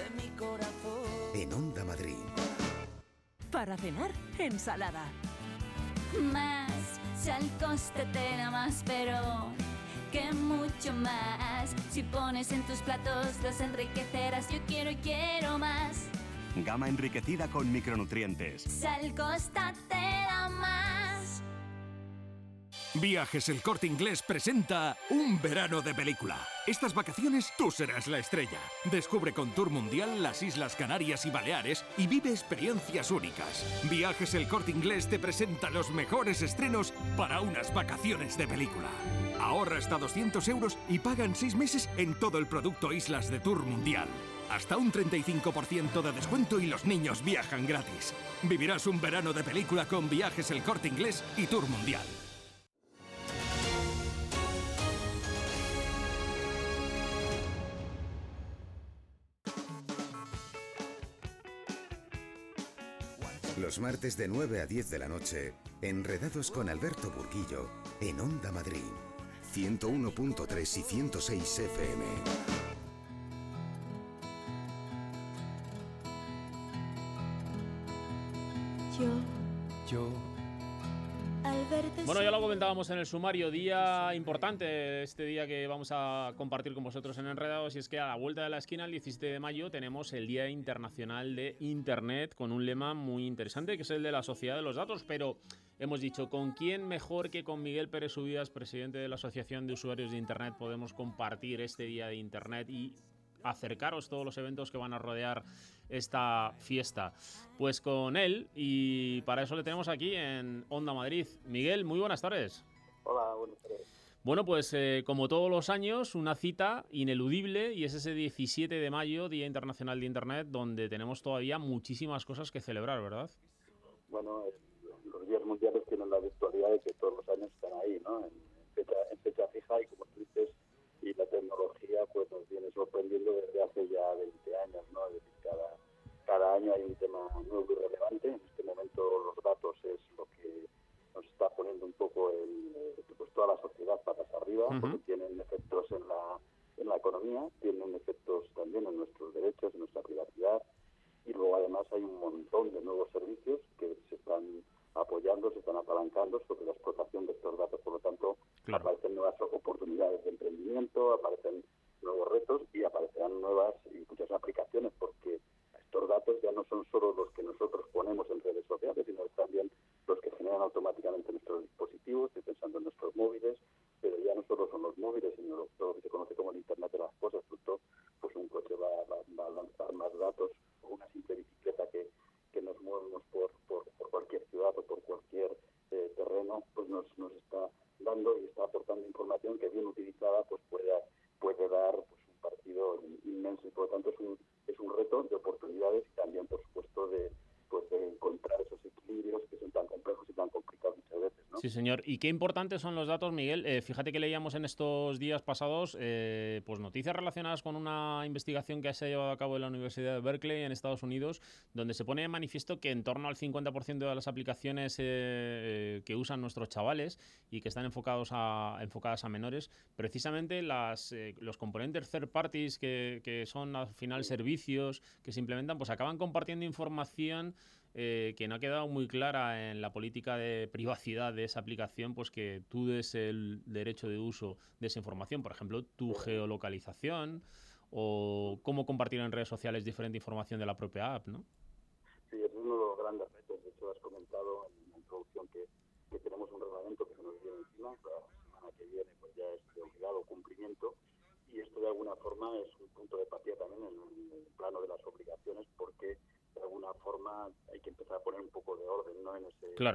En Onda Madrid. Para cenar, ensalada. Más, si al coste te da más, pero que mucho más. Si pones en tus platos, los enriquecerás. Yo quiero más. Gama enriquecida con micronutrientes. Sal Costa te da más. Viajes El Corte Inglés presenta Un verano de película. Estas vacaciones tú serás la estrella. Descubre con Tour Mundial las Islas Canarias y Baleares y vive experiencias únicas. Viajes El Corte Inglés te presenta los mejores estrenos para unas vacaciones de película. Ahorra hasta 200 euros y paga en 6 meses en todo el producto Islas de Tour Mundial. Hasta un 35% de descuento y los niños viajan gratis. Vivirás un verano de película con Viajes El Corte Inglés y Tour Mundial. Los martes de 9 a 10 de la noche, Enredados con Alberto Burguillo, en Onda Madrid, 101.3 y 106 FM. Yo. Bueno, ya lo comentábamos en el sumario, día importante, este día que vamos a compartir con vosotros en Enredados, y es que a la vuelta de la esquina, el 17 de mayo, tenemos el Día Internacional de Internet, con un lema muy interesante, que es el de la sociedad de los datos, pero hemos dicho, ¿con quién mejor que con Miguel Pérez Ubías, presidente de la Asociación de Usuarios de Internet, podemos compartir este Día de Internet y acercaros todos los eventos que van a rodear esta fiesta? Pues con él, y para eso le tenemos aquí en Onda Madrid. Miguel, muy buenas tardes. Hola, buenas tardes. Bueno, pues como todos los años, una cita ineludible y es ese 17 de mayo, Día Internacional de Internet, donde tenemos todavía muchísimas cosas que celebrar, ¿verdad? Bueno, los días mundiales tienen la virtualidad de que todos los años están ahí, ¿no? En fecha fija y como tú dices, y la tecnología pues nos viene sorprendiendo desde hace ya 20 años, ¿no? Es decir, cada año hay un tema nuevo y relevante. En este momento los datos es lo que nos está poniendo un poco pues toda la sociedad patas arriba, porque tienen efectos en la economía, tienen efectos también en nuestros derechos, en nuestra privacidad, y luego además hay un montón de nuevos servicios que se están apoyando, se están apalancando sobre la explotación de estos datos. Por lo tanto, aparecen nuevas oportunidades de emprendimiento, aparecen nuevos retos y aparecerán nuevas y muchas aplicaciones, porque estos datos ya no son solo los que nosotros ponemos en redes sociales, sino también los que generan automáticamente nuestros dispositivos. Estoy pensando en nuestros móviles, pero ya no solo son los móviles, sino lo que se conoce como el Internet de las cosas. Pues un coche va a lanzar más datos, o una simple bicicleta que nos movemos por cualquier ciudad o por cualquier terreno, pues nos está dando y está aportando información que bien utilizada pues puede dar pues un partido inmenso, y por lo tanto es un reto de oportunidades y también por supuesto de encontrar esos equilibrios que son tan complejos y tan complicados muchas veces, ¿no? Sí, señor. Y qué importantes son los datos, Miguel. Fíjate que leíamos en estos días pasados pues noticias relacionadas con una investigación que se ha llevado a cabo en la Universidad de Berkeley en Estados Unidos, donde se pone de manifiesto que en torno al 50% de las aplicaciones que usan nuestros chavales y que están enfocadas a menores, precisamente los componentes third parties que son al final servicios que se implementan, pues acaban compartiendo información que no ha quedado muy clara en la política de privacidad de esa aplicación, pues que tú des el derecho de uso de esa información. Por ejemplo, tu geolocalización o cómo compartir en redes sociales diferente información de la propia app, ¿no? Sí, es uno de los grandes retos. De hecho, has comentado en la introducción que tenemos un reglamento que se nos viene encima. La semana que viene pues ya es de obligado cumplimiento, y esto de alguna forma es un punto de partida también en el plano de las obligaciones, porque de alguna forma hay que empezar a poner un poco de orden, ¿no? En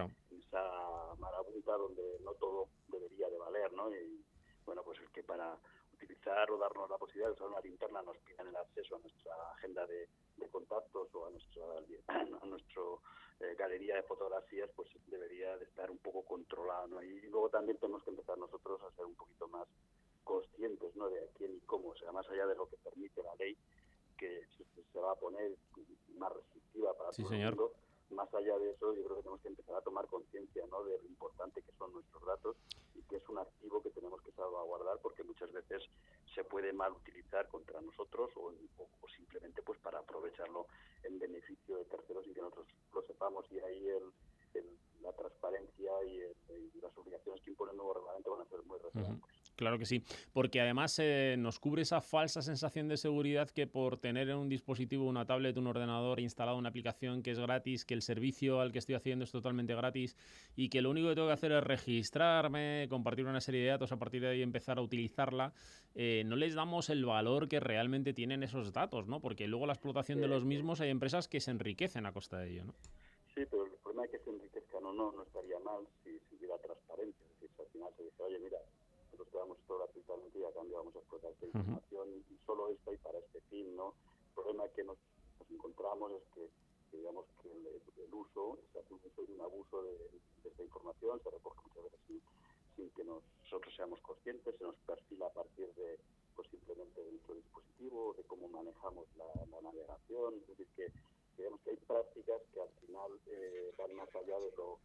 esa marabunta donde no todo debería de valer, ¿no? Y bueno, pues el que para utilizar o darnos la posibilidad de usar una linterna nos pidan el acceso a nuestra agenda de contactos o a nuestro galería de fotografías, pues debería de estar un poco controlado, ¿no? Y luego también tenemos que empezar nosotros a ser un poquito más conscientes, ¿no? De a quién y cómo, o sea, más allá de lo que permite la ley, que se va a poner más restrictiva para todo el mundo. Más allá de eso, yo creo que tenemos que empezar a tomar conciencia, ¿no? De lo importante que son nuestros datos y que es un activo que tenemos que salvaguardar, porque muchas veces se puede mal utilizar contra nosotros o simplemente pues para aprovecharlo en beneficio de terceros y que nosotros lo sepamos. Y ahí la transparencia y las obligaciones que impone el nuevo reglamento van a ser muy relevantes. Claro que sí, porque además nos cubre esa falsa sensación de seguridad que por tener en un dispositivo, una tablet, un ordenador instalado una aplicación que es gratis, que el servicio al que estoy haciendo es totalmente gratis y que lo único que tengo que hacer es registrarme, compartir una serie de datos, a partir de ahí empezar a utilizarla, no les damos el valor que realmente tienen esos datos, ¿no? Porque luego la explotación de los mismos hay empresas que se enriquecen a costa de ello, ¿no? Sí, pero el problema de que se enriquezcan o no estaría mal si hubiera transparencia. Es decir, si al final se dice, oye, mira, nosotros te damos esto gratuitamente y a cambio vamos a explotar esta información y solo esto y para este fin, ¿no? El problema que nos encontramos es que digamos que el uso, se hace un uso y un abuso de esta información, se recoge muchas veces sin que nosotros seamos conscientes, se nos perfila a partir de pues simplemente de nuestro dispositivo, de cómo manejamos la navegación. Es decir, que digamos que hay prácticas que al final van más allá de lo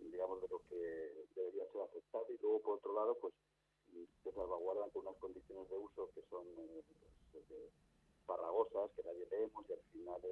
que debería ser aceptable, y luego por otro lado pues se salvaguardan con unas condiciones de uso que son farragosas, que nadie leemos, y al final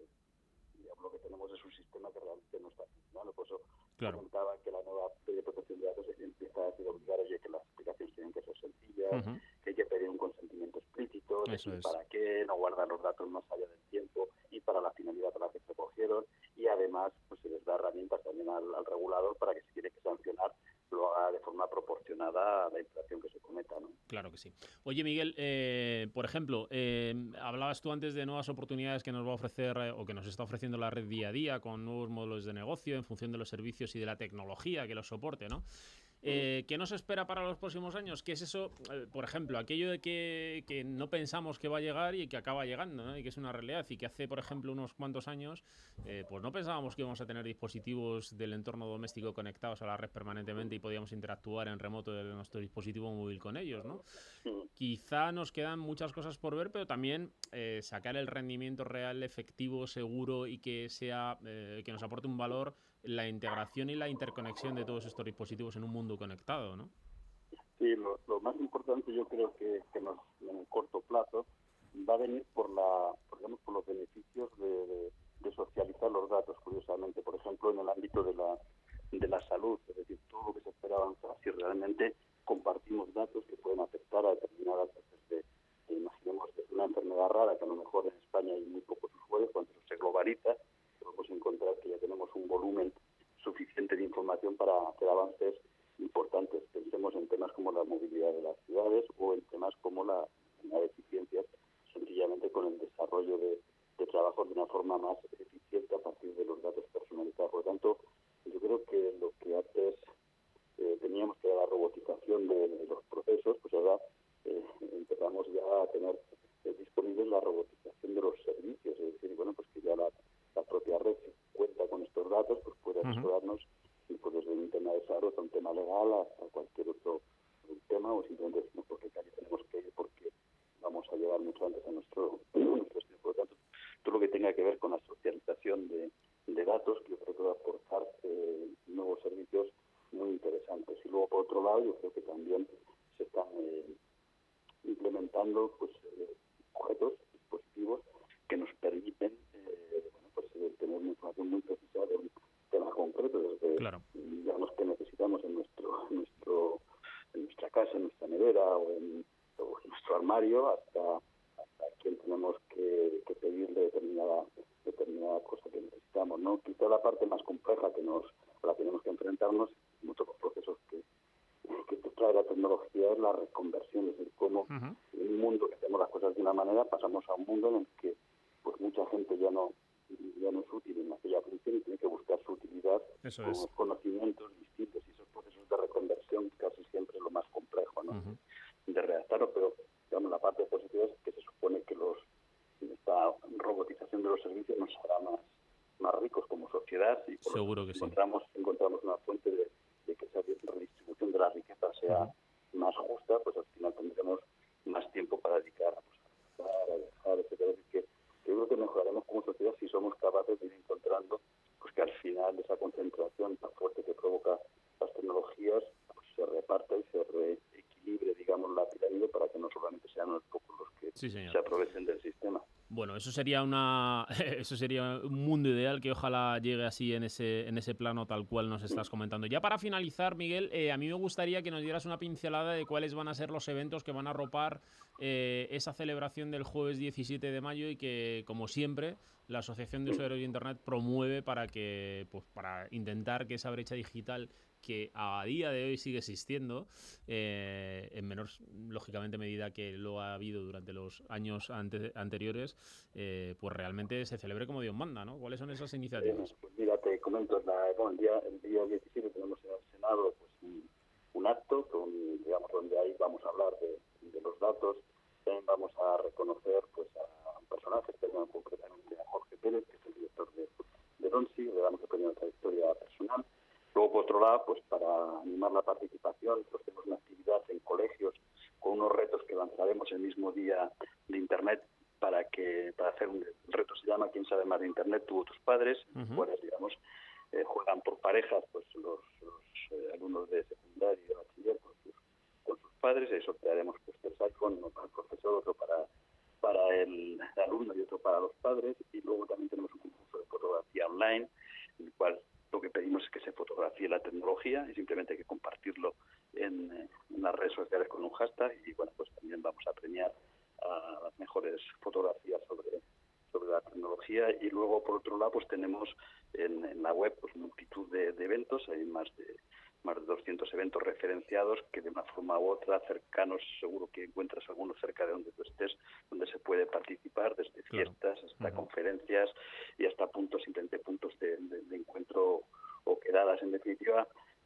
lo que tenemos es un sistema que realmente no está funcionando. Por eso comentaba que la nueva ley de protección de datos empieza a decir obligar, oye, que las aplicaciones tienen que ser sencillas, que hay que pedir un consentimiento explícito, para qué no guardar los datos más allá del tiempo y para la finalidad para la que se cogieron, y además pues se les da herramientas también al regulador para que si tiene que sancionar lo haga de forma proporcionada a la infracción que se cometa, ¿no? Claro que sí. Oye, Miguel, por ejemplo, hablabas tú antes de nuevas oportunidades que nos va a ofrecer o que nos está ofreciendo la red día a día con nuevos modelos de negocio en función de los servicios y de la tecnología que los soporte, ¿no? ¿Qué nos espera para los próximos años? ¿Qué es eso? Por ejemplo, aquello de que no pensamos que va a llegar y que acaba llegando, ¿no? Y que es una realidad, y que hace, por ejemplo, unos cuantos años, pues no pensábamos que íbamos a tener dispositivos del entorno doméstico conectados a la red permanentemente y podíamos interactuar en remoto de nuestro dispositivo móvil con ellos, ¿no? Quizá nos quedan muchas cosas por ver, pero también sacar el rendimiento real, efectivo, seguro y que sea que nos aporte un valor la integración y la interconexión de todos estos dispositivos en un mundo conectado, ¿no? Sí, lo más importante yo creo que en el corto plazo va a venir por los beneficios de socializar los datos, curiosamente. Por ejemplo, en el ámbito de la salud, es decir, todo lo que se espera avanzar si realmente compartimos datos que pueden afectar a determinadas veces imaginemos una enfermedad rara que a lo mejor en España hay muy pocos usuarios, cuando se globaliza podemos encontrar que ya tenemos un volumen suficiente de información para hacer avances importantes. Pensemos en temas como la movilidad de las ciudades o en temas como la eficiencia, sencillamente con el desarrollo de trabajos de una forma más eficiente a partir de los datos personalizados. Por lo tanto, yo creo que lo que antes teníamos que era la robotización de los procesos, pues ahora empezamos ya a tener disponible la robotización de los servicios, es decir, bueno, pues que ya la propia red cuenta con estos datos, pues puede asesorarnos pues desde un tema de salud a un tema legal hasta cualquier otro tema, o simplemente decimos por qué calle tenemos que ir porque vamos a llegar mucho antes a nuestro destino. Por lo tanto, todo lo que tenga que ver con la socialización de datos, que yo creo que va a aportar nuevos servicios muy interesantes. Y luego, por otro lado, yo creo que también se están implementando pues objetos, dispositivos que nos permiten tener una información muy precisa de un tema concreto, desde digamos que necesitamos en nuestra casa, en nuestra nevera o en nuestro armario, hasta quien tenemos que pedirle determinada cosa que necesitamos, ¿no? Quizá la parte más compleja a la que tenemos que enfrentarnos, muchos procesos que trae la tecnología, es la reconversión, es decir, cómo en un mundo que hacemos las cosas de una manera pasamos a un mundo en el que pues mucha gente ya no es útil en aquella función y tiene que buscar su utilidad con unos conocimientos distintos, y esos procesos de reconversión casi siempre es lo más complejo, ¿no? De redactarlo, pero digamos la parte positiva es que se supone que esta robotización de los servicios nos hará más ricos como sociedad, y por seguro lo que encontramos una fuente de que esa redistribución de la riqueza sea más justa, pues al final tendremos más tiempo para dedicar a viajar, etcétera. Es decir, que yo creo que mejoraremos como sociedad si somos capaces de ir encontrando pues que al final esa concentración tan fuerte que provoca las tecnologías pues se reparta y se reequilibre, digamos, la pirámide, para que no solamente sean unos pocos los que se aprovechen del sistema. Bueno, eso sería un mundo ideal que ojalá llegue así en ese plano tal cual nos estás comentando. Ya para finalizar, Miguel, a mí me gustaría que nos dieras una pincelada de cuáles van a ser los eventos que van a arropar esa celebración del jueves 17 de mayo y que, como siempre, la Asociación de Usuarios de Internet promueve para intentar que esa brecha digital que a día de hoy sigue existiendo, en menor, lógicamente, medida que lo ha habido durante los años anteriores, pues realmente se celebre como Dios manda, ¿no? ¿Cuáles son esas iniciativas? Pues mira, te comento, el día 17 tenemos en el Senado pues un acto donde ahí vamos a hablar de los datos. También vamos a reconocer pues a un personaje, concretamente a Jorge Pérez, que es el director de DONSI, le damos el premio de trayectoria personal. Luego, por otro lado, pues para animar la participación, pues tenemos una actividad en colegios con unos retos que lanzaremos el mismo día de Internet para hacer el reto se llama ¿Quién sabe más de Internet, tú o tus padres? Pues, digamos, juegan por parejas pues los alumnos de secundaria y de bachiller con sus padres, y sortearemos pues 3 iPhones, uno para el profesor, otro para el alumno y otro para los padres. Y luego también tenemos un concurso de fotografía online, en el cual lo que pedimos es que se fotografíe la tecnología y simplemente hay que compartirlo en las redes sociales con un hashtag. Y bueno, pues también vamos a premiar a las mejores fotografías sobre la tecnología. Y luego, por otro lado, pues tenemos en la web pues multitud de eventos. Hay más de 200 eventos referenciados que de una forma u otra, cercanos, seguro que encuentras algunos cerca de donde tú estés, donde se puede participar, desde fiestas hasta conferencias y hasta simplemente puntos de encuentro o quedadas. En definitiva,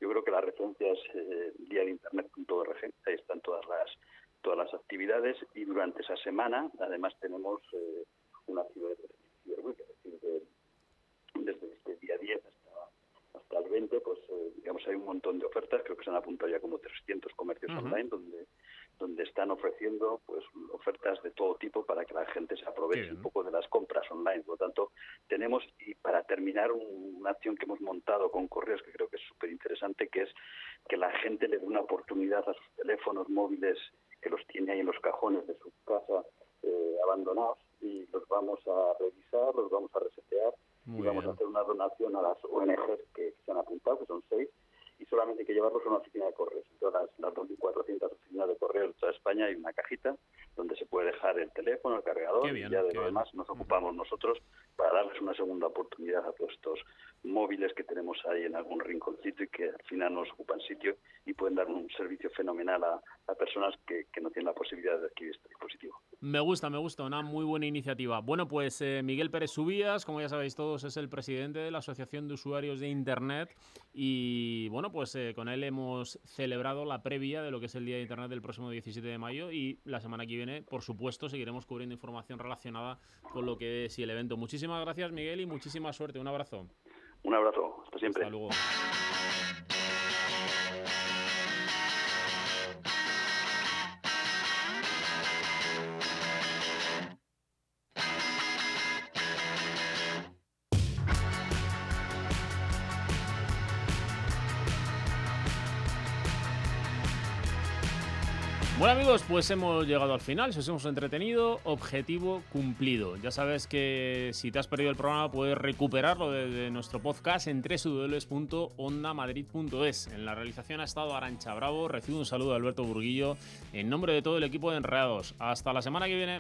yo creo que la referencia es diainternet.org, ahí están todas las actividades, y durante esa semana además tenemos una Cyber Week, es decir, desde este día 10 hasta el 20, pues digamos hay un montón de ofertas, creo que se han apuntado ya como 300 comercios online donde están ofreciendo pues ofertas de todo tipo para que la gente se aproveche un poco de las compras online. Por lo tanto, tenemos, y para terminar, una acción que hemos montado con Correos que creo que es súper interesante, que es que la gente le dé una oportunidad a sus teléfonos móviles que los tiene ahí en los cajones de su casa abandonados, y los vamos a revisar, los vamos a resetear y vamos a hacer una donación a las ONGs que se han apuntado, que son 6, y solamente hay que llevarlos a una oficina de correos. En todas las 2.400 oficinas de correos de toda España hay una cajita donde se puede dejar el teléfono, el cargador, y ya de lo demás nos ocupamos nosotros para darles una segunda oportunidad a todos estos móviles que tenemos ahí en algún rinconcito y que al final nos ocupan sitio y pueden dar un servicio fenomenal a personas que no tienen la posibilidad de adquirir este dispositivo. Me gusta, una muy buena iniciativa. Bueno, pues Miguel Pérez Subías, como ya sabéis todos, es el presidente de la Asociación de Usuarios de Internet, y bueno, pues con él hemos celebrado la previa de lo que es el Día de Internet del próximo 17 de mayo, y la semana que viene, por supuesto, seguiremos cubriendo información relacionada con lo que es el evento. Muchísimas gracias, Miguel, y muchísima suerte. Un abrazo. Un abrazo, hasta siempre. Hasta luego. Bueno amigos, pues hemos llegado al final, si os hemos entretenido, objetivo cumplido. Ya sabes que si te has perdido el programa puedes recuperarlo desde nuestro podcast en www.ondamadrid.es. En la realización ha estado Arantxa Bravo, recibo un saludo de Alberto Burguillo en nombre de todo el equipo de Enredados. Hasta la semana que viene.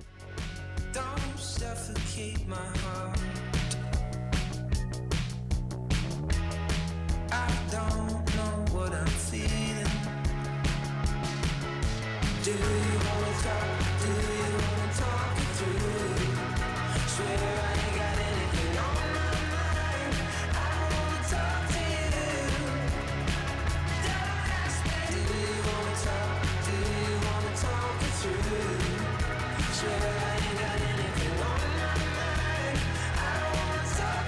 Do you wanna talk it through? Swear I ain't got anything on my mind. I wanna talk to you. Don't ask me. Do you wanna talk it through? Swear I ain't got anything on my mind. I wanna talk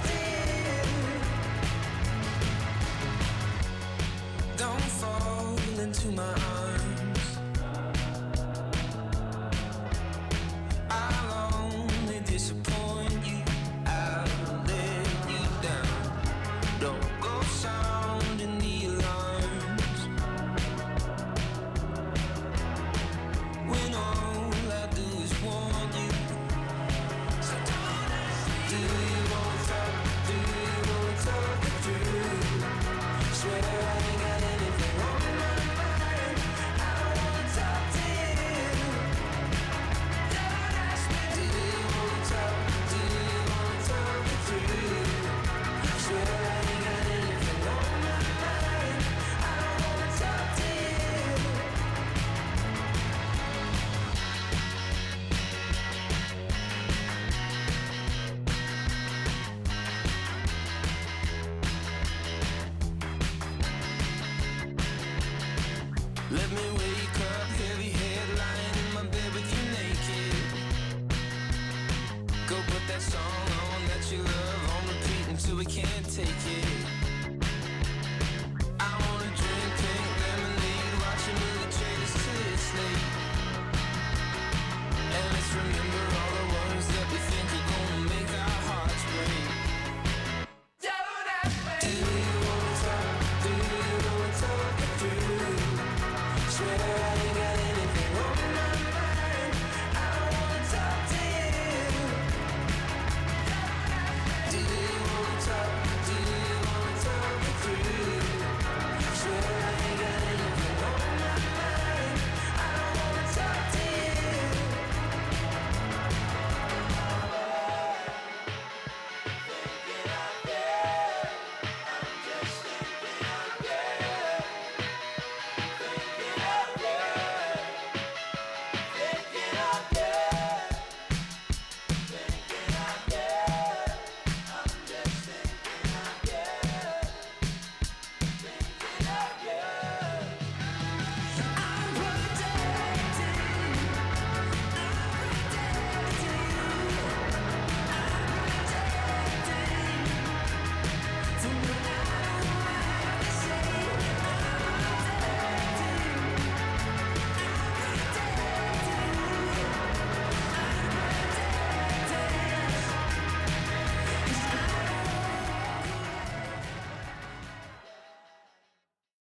to you. Don't fall into my arms.